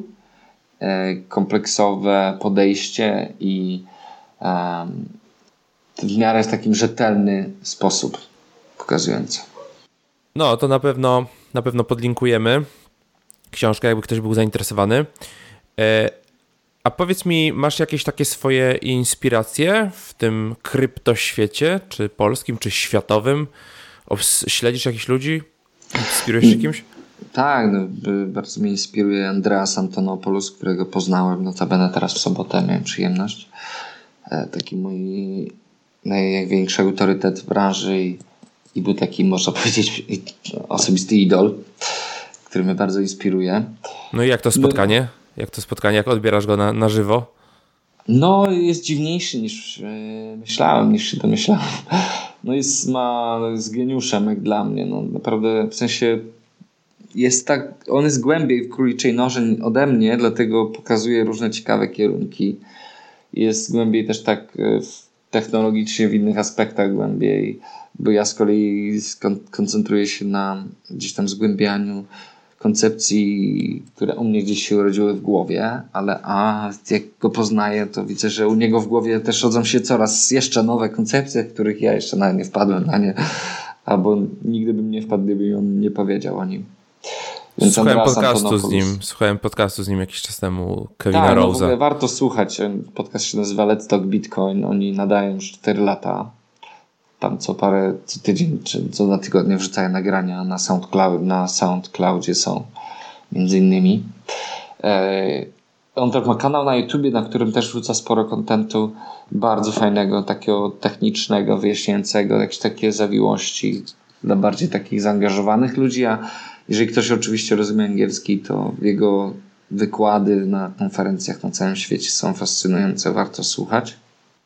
kompleksowe podejście i um, w miarę w takim rzetelny sposób pokazujący. No, to na pewno, na pewno podlinkujemy książkę, jakby ktoś był zainteresowany. E, a powiedz mi, masz jakieś takie swoje inspiracje w tym kryptoświecie, czy polskim, czy światowym? Obs- śledzisz jakichś ludzi? Inspirujesz się kimś? Tak, no, bardzo mnie inspiruje Andreas Antonopoulos, którego poznałem notabene teraz w sobotę, miałem przyjemność. E, taki mój największy autorytet w branży i, i był taki, można powiedzieć, osobisty idol, który mnie bardzo inspiruje. No i jak to spotkanie? No, jak to spotkanie? Jak odbierasz go na, na żywo? No, jest dziwniejszy niż yy, myślałem, niż się domyślałem. No jest, ma, jest geniuszem jak dla mnie. No, naprawdę w sensie jest tak, on jest głębiej w króliczej norze ode mnie, dlatego pokazuje różne ciekawe kierunki. Jest głębiej też tak technologicznie w innych aspektach głębiej, bo ja z kolei skon- koncentruję się na gdzieś tam zgłębianiu koncepcji, które u mnie gdzieś się urodziły w głowie, ale a jak go poznaję, to widzę, że u niego w głowie też rodzą się coraz jeszcze nowe koncepcje, których ja jeszcze nawet nie wpadłem na nie, albo nigdy bym nie wpadł, gdyby on nie powiedział o nim. Więc słuchałem podcastu z nim, słuchałem podcastu z nim jakiś czas temu, Kevina tak, Rose'a. No w ogóle warto słuchać. Podcast się nazywa Let's Talk Bitcoin. Oni nadają już cztery lata. Tam co parę, co tydzień, czy co dwa tygodnie wrzucają nagrania na SoundCloud, na SoundCloudzie są między innymi. E, on też ma kanał na YouTubie, na którym też wrzuca sporo kontentu bardzo fajnego, takiego technicznego, wyjaśniającego jakieś takie zawiłości dla bardziej takich zaangażowanych ludzi, a jeżeli ktoś oczywiście rozumie angielski, to jego wykłady na konferencjach na całym świecie są fascynujące, warto słuchać.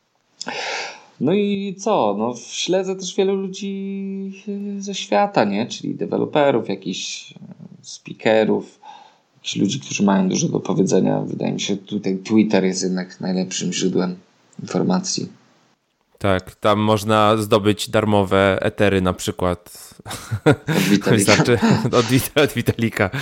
No i co? No, śledzę też wielu ludzi ze świata, nie? Czyli deweloperów, jakichś speakerów, jakichś ludzi, którzy mają dużo do powiedzenia. Wydaje mi się, tutaj Twitter jest jednak najlepszym źródłem informacji. Tak, tam można zdobyć darmowe etery na przykład. Od Witalika. Wystarczy, od, od Witalika.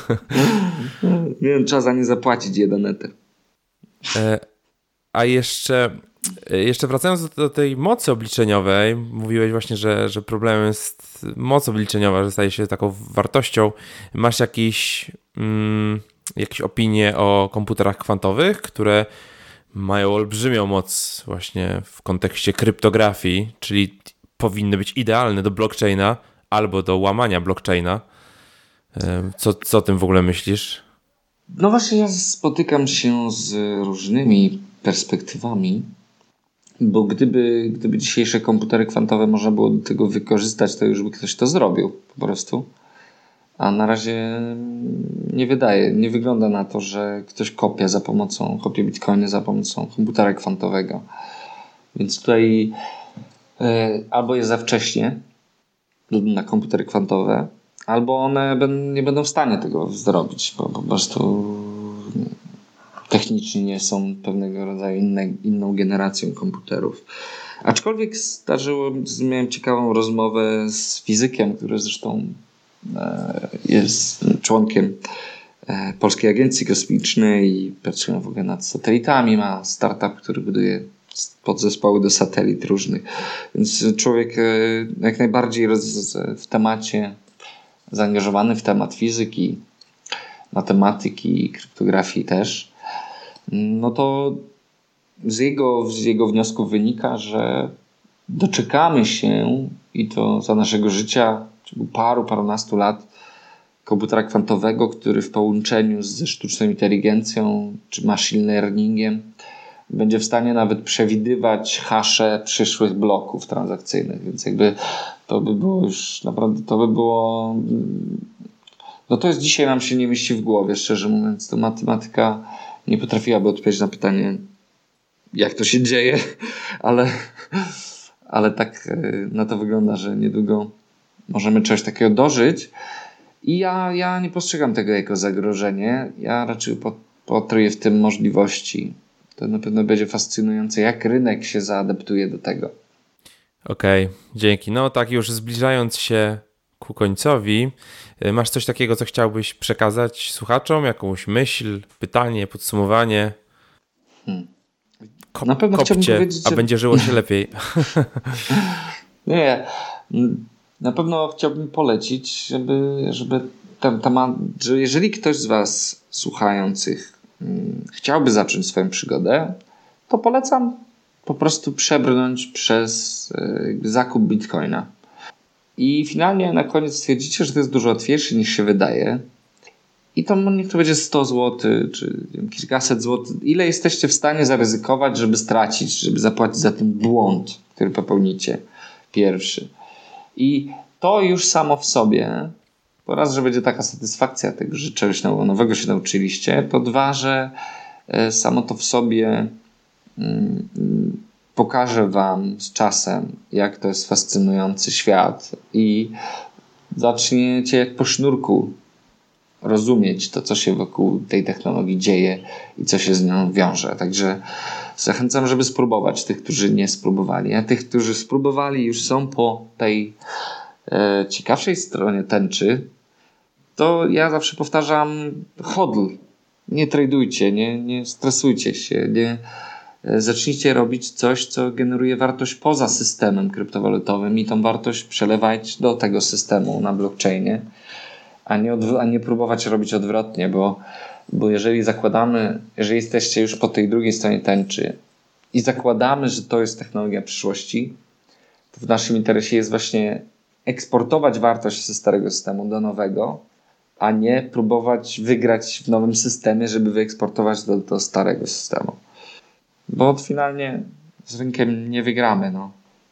Nie wiem, trzeba za nie zapłacić jeden eter. E, a jeszcze, jeszcze wracając do, do tej mocy obliczeniowej, mówiłeś właśnie, że, że problemem jest moc obliczeniowa, że staje się taką wartością. Masz jakieś, mm, jakieś opinie o komputerach kwantowych, które mają olbrzymią moc właśnie w kontekście kryptografii, czyli powinny być idealne do blockchaina albo do łamania blockchaina. Co, co o tym w ogóle myślisz? No właśnie, ja spotykam się z różnymi perspektywami, bo gdyby, gdyby dzisiejsze komputery kwantowe można było do tego wykorzystać, to już by ktoś to zrobił po prostu. A na razie nie wydaje, nie wygląda na to, że ktoś kopie za pomocą, kopie bitcoiny za pomocą komputera kwantowego. Więc tutaj y, albo jest za wcześnie na komputery kwantowe, albo one ben, nie będą w stanie tego zrobić, bo po prostu technicznie nie są pewnego rodzaju inne, inną generacją komputerów. Aczkolwiek zdarzyło, miałem ciekawą rozmowę z fizykiem, który zresztą jest członkiem Polskiej Agencji Kosmicznej i pracują w ogóle nad satelitami. Ma startup, który buduje podzespoły do satelit różnych. Więc człowiek jak najbardziej w temacie, zaangażowany w temat fizyki, matematyki i kryptografii też, no to z jego, z jego wniosków wynika, że doczekamy się i to za naszego życia, paru, parunastu lat, komputera kwantowego, który w połączeniu ze sztuczną inteligencją czy machine learningiem będzie w stanie nawet przewidywać hasze przyszłych bloków transakcyjnych. Więc jakby to by było już naprawdę, to by było... No to jest dzisiaj nam się nie mieści w głowie, szczerze mówiąc. To matematyka nie potrafiłaby odpowiedzieć na pytanie, jak to się dzieje, ale, ale tak na to wygląda, że niedługo możemy czegoś takiego dożyć. I ja, ja nie postrzegam tego jako zagrożenie. Ja raczej potruję w tym możliwości. To na pewno będzie fascynujące, jak rynek się zaadaptuje do tego. Okej, okay, dzięki. No tak już zbliżając się ku końcowi, masz coś takiego, co chciałbyś przekazać słuchaczom? Jakąś myśl, pytanie, podsumowanie? Hmm. Kop, na pewno kopcie, chciałbym powiedzieć, a że... będzie żyło się lepiej. Nie, na pewno chciałbym polecić, żeby, żeby ten temat, że jeżeli ktoś z was słuchających hmm, chciałby zacząć swoją przygodę, to polecam po prostu przebrnąć przez jakby zakup Bitcoina. I finalnie na koniec stwierdzicie, że to jest dużo łatwiejsze niż się wydaje. I to niech to będzie sto złotych, czy kilkaset złotych. Ile jesteście w stanie zaryzykować, żeby stracić, żeby zapłacić za ten błąd, który popełnicie pierwszy. I to już samo w sobie, po raz, że będzie taka satysfakcja tego, że czegoś nowego się nauczyliście, to dwa, że samo to w sobie mm, pokaże wam z czasem, jak to jest fascynujący świat i zaczniecie jak po sznurku rozumieć to, co się wokół tej technologii dzieje i co się z nią wiąże. Także zachęcam, żeby spróbować tych, którzy nie spróbowali. A tych, którzy spróbowali, już są po tej e, ciekawszej stronie tęczy, to ja zawsze powtarzam hodl. Nie tradujcie, nie, nie stresujcie się, nie zacznijcie robić coś, co generuje wartość poza systemem kryptowalutowym i tą wartość przelewajcie do tego systemu na blockchainie, a nie, odw- a nie próbować robić odwrotnie, bo, bo jeżeli zakładamy, jeżeli jesteście już po tej drugiej stronie tęczy i zakładamy, że to jest technologia przyszłości, to w naszym interesie jest właśnie eksportować wartość ze starego systemu do nowego, a nie próbować wygrać w nowym systemie, żeby wyeksportować do, do starego systemu. Bo finalnie z rynkiem nie wygramy. No.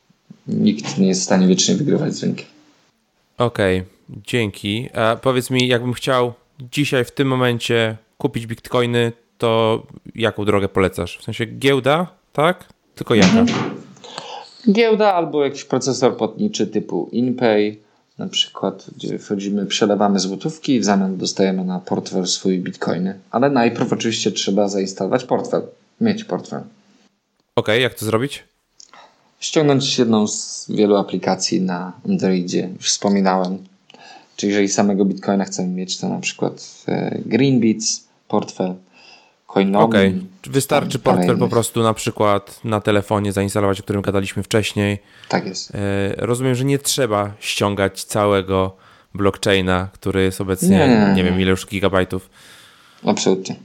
Nikt nie jest w stanie wiecznie wygrywać z rynkiem. Okej, okay, dzięki. A powiedz mi, jakbym chciał dzisiaj w tym momencie kupić bitcoiny, to jaką drogę polecasz? W sensie giełda, tak? Tylko jaka? Mhm. Giełda albo jakiś procesor płatniczy typu InPay, na przykład, gdzie wchodzimy, przelewamy złotówki i w zamian dostajemy na portfel swój bitcoiny. Ale najpierw oczywiście trzeba zainstalować portfel. Mieć portfel. Okej, okay, jak to zrobić? Ściągnąć jedną z wielu aplikacji na Androidzie. Już wspominałem. Czyli jeżeli samego Bitcoina chcemy mieć, to na przykład Greenbits, portfel, Coinomi. Okej, okay. Wystarczy portfel po prostu na przykład na telefonie zainstalować, o którym gadaliśmy wcześniej. Tak jest. Rozumiem, że nie trzeba ściągać całego blockchaina, który jest obecnie, nie, nie, nie. nie wiem ile już gigabajtów. Absolutnie.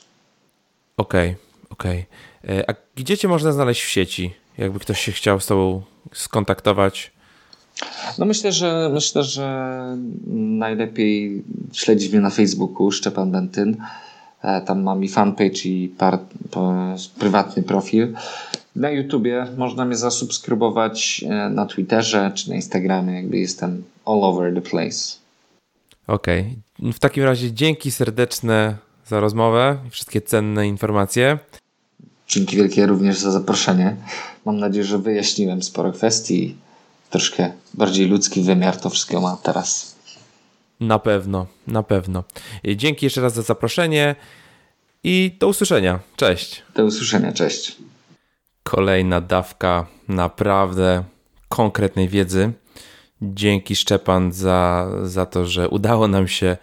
Okej, okay, okej. Okay. A gdzie cię można znaleźć w sieci? Jakby ktoś się chciał z tobą skontaktować? No myślę, że myślę, że najlepiej śledzić mnie na Facebooku, Szczepan Bentyn. Tam mam i fanpage i par, prywatny profil. Na YouTubie można mnie zasubskrybować, na Twitterze czy na Instagramie, jakby jestem all over the place. Okej. Okay. W takim razie dzięki serdeczne za rozmowę i wszystkie cenne informacje. Dzięki wielkie również za zaproszenie. Mam nadzieję, że wyjaśniłem sporo kwestii. Troszkę bardziej ludzki wymiar to wszystko ma teraz. Na pewno, na pewno. Dzięki jeszcze raz za zaproszenie i do usłyszenia. Cześć. Do usłyszenia, cześć. Kolejna dawka naprawdę konkretnej wiedzy. Dzięki Szczepan za, za to, że udało nam się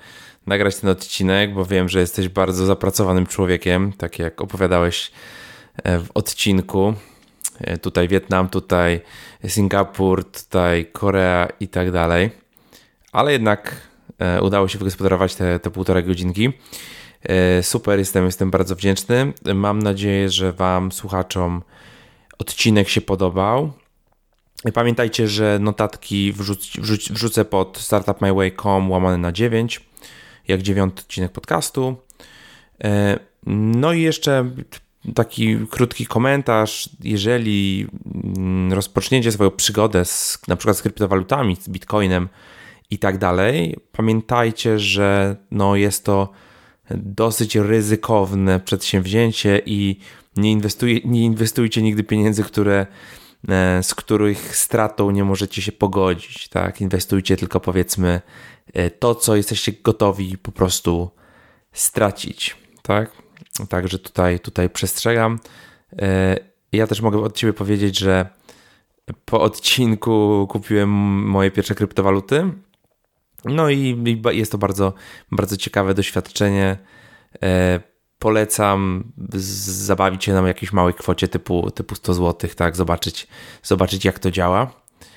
nagrać ten odcinek, bo wiem, że jesteś bardzo zapracowanym człowiekiem, tak jak opowiadałeś w odcinku. Tutaj Wietnam, tutaj Singapur, tutaj Korea i tak dalej. Ale jednak udało się wygospodarować te, te półtorej godzinki. Super, jestem, jestem bardzo wdzięczny. Mam nadzieję, że Wam, słuchaczom, odcinek się podobał. Pamiętajcie, że notatki wrzuc, wrzuc, wrzucę pod startupmyway kropka com łamane na dziewięć, jak dziewiąty odcinek podcastu. No i jeszcze taki krótki komentarz. Jeżeli rozpoczniecie swoją przygodę z, na przykład z kryptowalutami, z Bitcoinem i tak dalej, pamiętajcie, że no jest to dosyć ryzykowne przedsięwzięcie i nie, inwestuje, nie inwestujcie nigdy pieniędzy, które, z których stratą nie możecie się pogodzić. Tak? Inwestujcie tylko, powiedzmy, to, co jesteście gotowi po prostu stracić. Tak? Także tutaj, tutaj przestrzegam. Ja też mogę od Ciebie powiedzieć, że po odcinku kupiłem moje pierwsze kryptowaluty. No i jest to bardzo, bardzo ciekawe doświadczenie. Polecam zabawić się na jakiejś małej kwocie typu, typu sto złotych, tak, zobaczyć, zobaczyć jak to działa.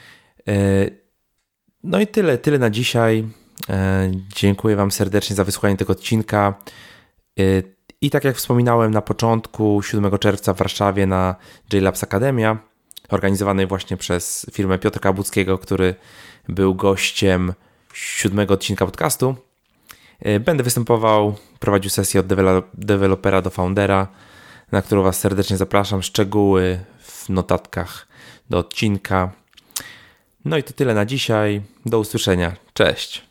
No i tyle, tyle na dzisiaj. Dziękuję Wam serdecznie za wysłuchanie tego odcinka. I tak jak wspominałem na początku, siódmego czerwca w Warszawie na JLabs Akademia, organizowanej właśnie przez firmę Piotra Budzkiego, który był gościem siódmego odcinka podcastu. Będę występował, prowadził sesję od dewelopera do foundera, na którą Was serdecznie zapraszam. Szczegóły w notatkach do odcinka. No i to tyle na dzisiaj. Do usłyszenia. Cześć.